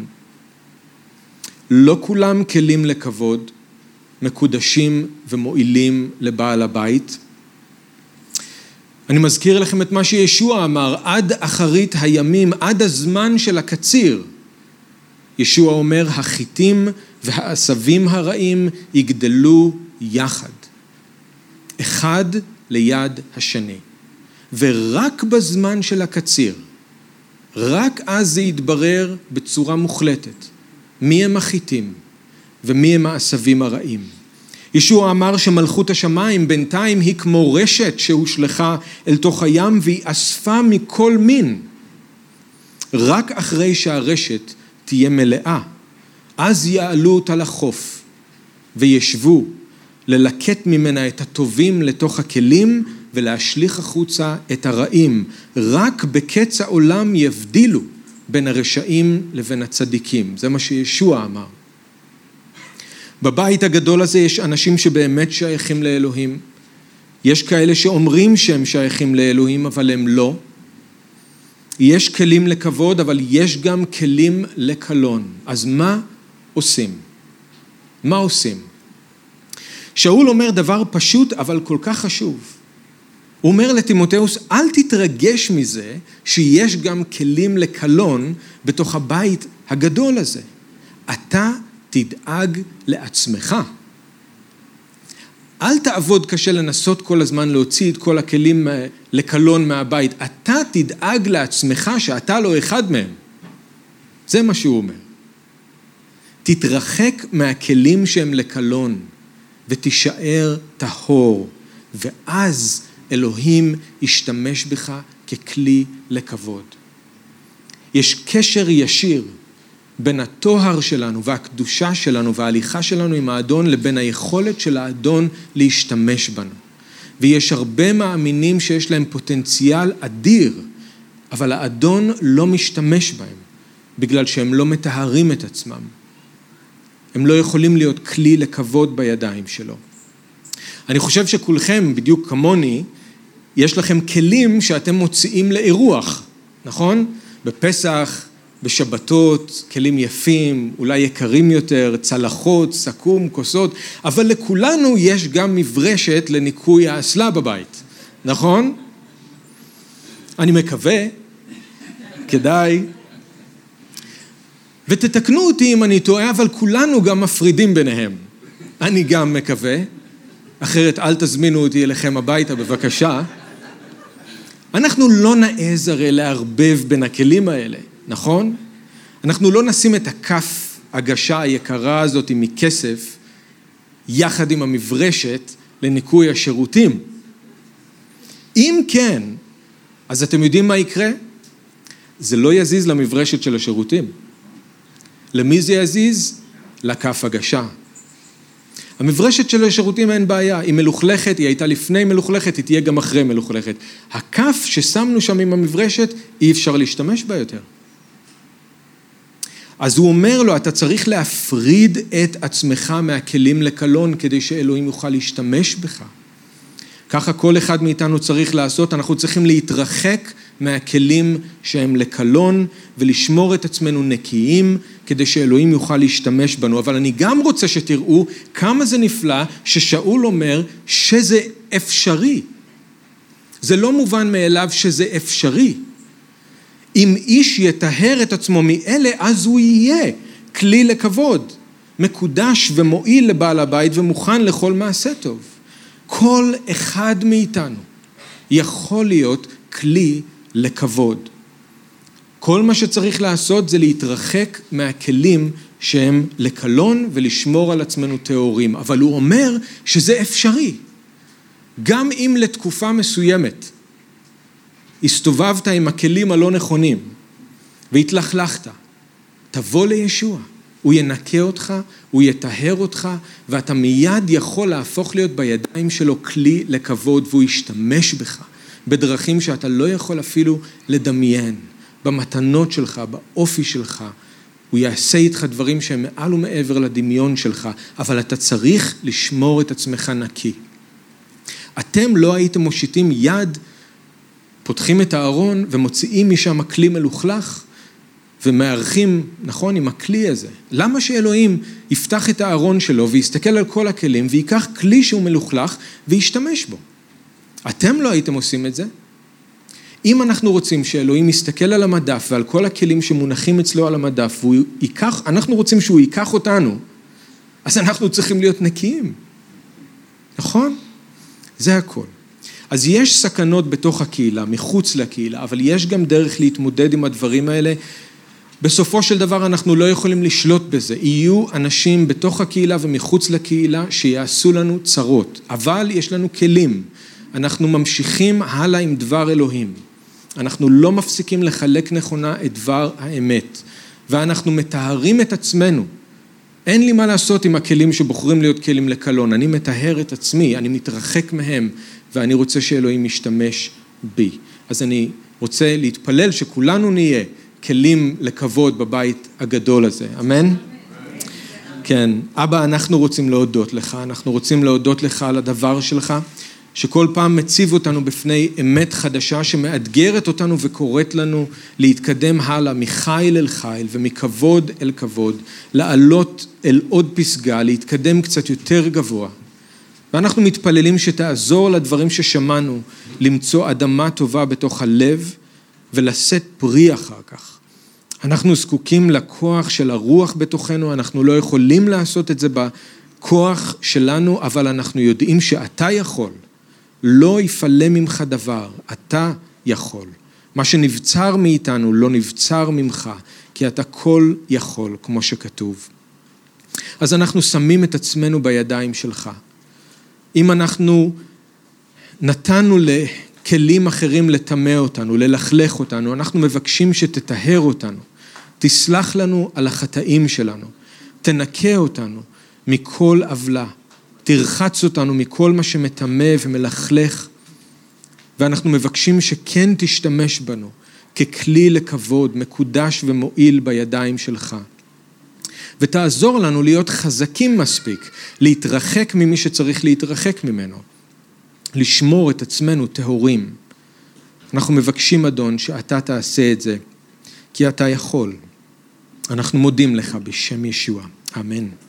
לא כולם כלים לכבוד, מקודשים ומועילים לבעל הבית. אני מזכיר לכם את מה שישוע אמר, עד אחרית הימים, עד הזמן של הקציר. ישוע אומר, החיטים והעשבים הרעים יגדלו יחד, אחד ליד השני. ורק בזמן של הקציר, רק אז זה יתברר בצורה מוחלטת, מי הם החיטים ומי הם העשבים הרעים. ישוע אמר שמלכות השמיים בינתיים היא כמו רשת שהושלכה אל תוך הים והיא אספה מכל מין. רק אחרי שהרשת תהיה מלאה, אז יעלו אותה לחוף וישבו ללקט ממנה את הטובים לתוך הכלים ולהשליך החוצה את הרעים. רק בקץ העולם יבדילו בין הרשעים לבין הצדיקים. זה מה שישוע אמר. בבית הגדול הזה יש אנשים שבאמת שייכים לאלוהים. יש כאלה שאומרים שהם שייכים לאלוהים, אבל הם לא. יש כלים לכבוד, אבל יש גם כלים לקלון. אז מה עושים? מה עושים? שאול אומר דבר פשוט, אבל כל כך חשוב. הוא אומר לתימותאוס, אל תתרגש מזה שיש גם כלים לקלון בתוך הבית הגדול הזה. אתה תדאג לעצמך. אל תעבוד קשה לנסות כל הזמן להוציא את כל הכלים לקלון מהבית. אתה תדאג לעצמך שאתה לא אחד מהם. זה מה שהוא אומר. תתרחק מהכלים שהם לקלון ותישאר טהור, ואז אלוהים ישתמש בך ככלי לכבוד. יש קשר ישיר בין התוהר שלנו והקדושה שלנו וההליכה שלנו עם האדון לבין היכולת של האדון להשתמש בנו. ויש הרבה מאמינים שיש להם פוטנציאל אדיר, אבל האדון לא משתמש בהם, בגלל שהם לא מטהרים את עצמם. הם לא יכולים להיות כלי לכבוד בידיים שלו. אני חושב שכולכם, בדיוק כמוני, יש לכם כלים שאתם מוציאים לאירוח, נכון? בפסח, בשבתות, כלים יפים, אולי יקרים יותר, צלחות, סכו"ם, כוסות, אבל לכולנו יש גם מברשת לניקוי האסלה בבית, נכון? אני מקווה, כדאי, ותתקנו אותי אם אני טועה, אבל כולנו גם מפרידים ביניהם. אני גם מקווה, אחרת אל תזמינו אותי אליכם הביתה בבקשה. אנחנו לא נעז הרי לערבב בין הכלים האלה, נכון? אנחנו לא נשים את הכף הגשה היקרה הזאת מכסף, יחד עם המברשת לניקוי השירותים. אם כן, אז אתם יודעים מה יקרה? זה לא יזיז למברשת של השירותים. למי זה יזיז? לכף הגשה. המברשת של השירותים אין בעיה, היא מלוכלכת, היא הייתה לפני מלוכלכת, היא תהיה גם אחרי מלוכלכת. הכף ששמנו שם עם המברשת, אי אפשר להשתמש בה יותר. אז הוא אומר לו, אתה צריך להפריד את עצמך מהכלים לקלון, כדי שאלוהים יוכל להשתמש בך. ככה כל אחד מאיתנו צריך לעשות, אנחנו צריכים להתרחק מהכלים שהם לקלון, ולשמור את עצמנו נקיים, כדי שאלוהים יוכל להשתמש בנו. אבל אני גם רוצה שתראו כמה זה נפלא ששאול אומר שזה אפשרי. זה לא מובן מאליו שזה אפשרי. אם איש יטהר את עצמו מאלה, אז הוא יהיה כלי לכבוד, מקודש ומועיל לבעל הבית ומוכן לכל מעשה טוב. כל אחד מאיתנו יכול להיות כלי לכבוד. כל מה שצריך לעשות זה להתרחק מהכלים שהם לקלון ולשמור על עצמנו טהורים. אבל הוא אומר שזה אפשרי. גם אם לתקופה מסוימת הסתובבת עם הכלים הלא נכונים והתלכלכת, תבוא לישוע. הוא ינקה אותך, הוא יטהר אותך, ואתה מיד יכול להפוך להיות בידיים שלו כלי לכבוד, והוא ישתמש בך בדרכים שאתה לא יכול אפילו לדמיין. במתנות שלך, באופי שלך, הוא יעשה איתך דברים שהם מעל ומעבר לדמיון שלך, אבל אתה צריך לשמור את עצמך נקי. אתם לא הייתם מושיטים יד, פותחים את הארון ומוציאים משם כלי מלוכלך, ומארחים, נכון, עם הכלי הזה. למה שאלוהים יפתח את הארון שלו ויסתכל על כל הכלים, ויקח כלי שהוא מלוכלך וישתמש בו? אתם לא הייתם עושים את זה? אם אנחנו רוצים שאלוהים יסתכל על המדף ועל כל הכלים שמונחים אצלו על המדף, והוא ייקח, אנחנו רוצים שהוא ייקח אותנו, אז אנחנו צריכים להיות נקיים. נכון? זה הכל. אז יש סכנות בתוך הקהילה, מחוץ לקהילה, אבל יש גם דרך להתמודד עם הדברים האלה. בסופו של דבר אנחנו לא יכולים לשלוט בזה. יהיו אנשים בתוך הקהילה ומחוץ לקהילה שיעשו לנו צרות, אבל יש לנו כלים. אנחנו ממשיכים הלאה עם דבר אלוהים. אנחנו לא מפסיקים לחלק נכונה את דבר האמת, ואנחנו מטהרים את עצמנו. אין לי מה לעשות עם הכלים שבוחרים להיות כלים לקלון. אני מטהר את עצמי, אני מתרחק מהם, ואני רוצה שאלוהים ישתמש בי. אז אני רוצה להתפלל שכולנו נהיה כלים לכבוד בבית הגדול הזה. אמן? כן. אבא, אנחנו רוצים להודות לך, אנחנו רוצים להודות לך על הדבר שלך, שכל פעם מציב אותנו בפני אמת חדשה שמאתגרת אותנו וקוראת לנו להתקדם הלאה מחיל אל חיל ומכבוד אל כבוד, לעלות אל עוד פסגה, להתקדם קצת יותר גבוה. ואנחנו מתפללים שתעזור לדברים ששמענו למצוא אדמה טובה בתוך הלב ולשאת פרי אחר כך. אנחנו זקוקים לכוח של הרוח בתוכנו, אנחנו לא יכולים לעשות את זה בכוח שלנו, אבל אנחנו יודעים שאתה יכול. לא יפעלה ממך דבר, אתה יכול. מה שנבצר מאיתנו לא נבצר ממך, כי אתה כל יכול, כמו שכתוב. אז אנחנו שמים את עצמנו בידיים שלך. אם אנחנו נתנו לכלים אחרים לטמא אותנו, ללכלך אותנו, אנחנו מבקשים שתטהר אותנו. תסלח לנו על החטאים שלנו. תנקה אותנו מכל עוולה. תרחץ אותנו מכל מה שמטמא ומלכלך. ואנחנו מבקשים שכן תשתמש בנו ככלי לכבוד, מקודש ומועיל בידיים שלך. ותעזור לנו להיות חזקים מספיק, להתרחק ממי שצריך להתרחק ממנו, לשמור את עצמנו טהורים. אנחנו מבקשים, אדון, שאתה תעשה את זה, כי אתה יכול. אנחנו מודים לך בשם ישוע. אמן.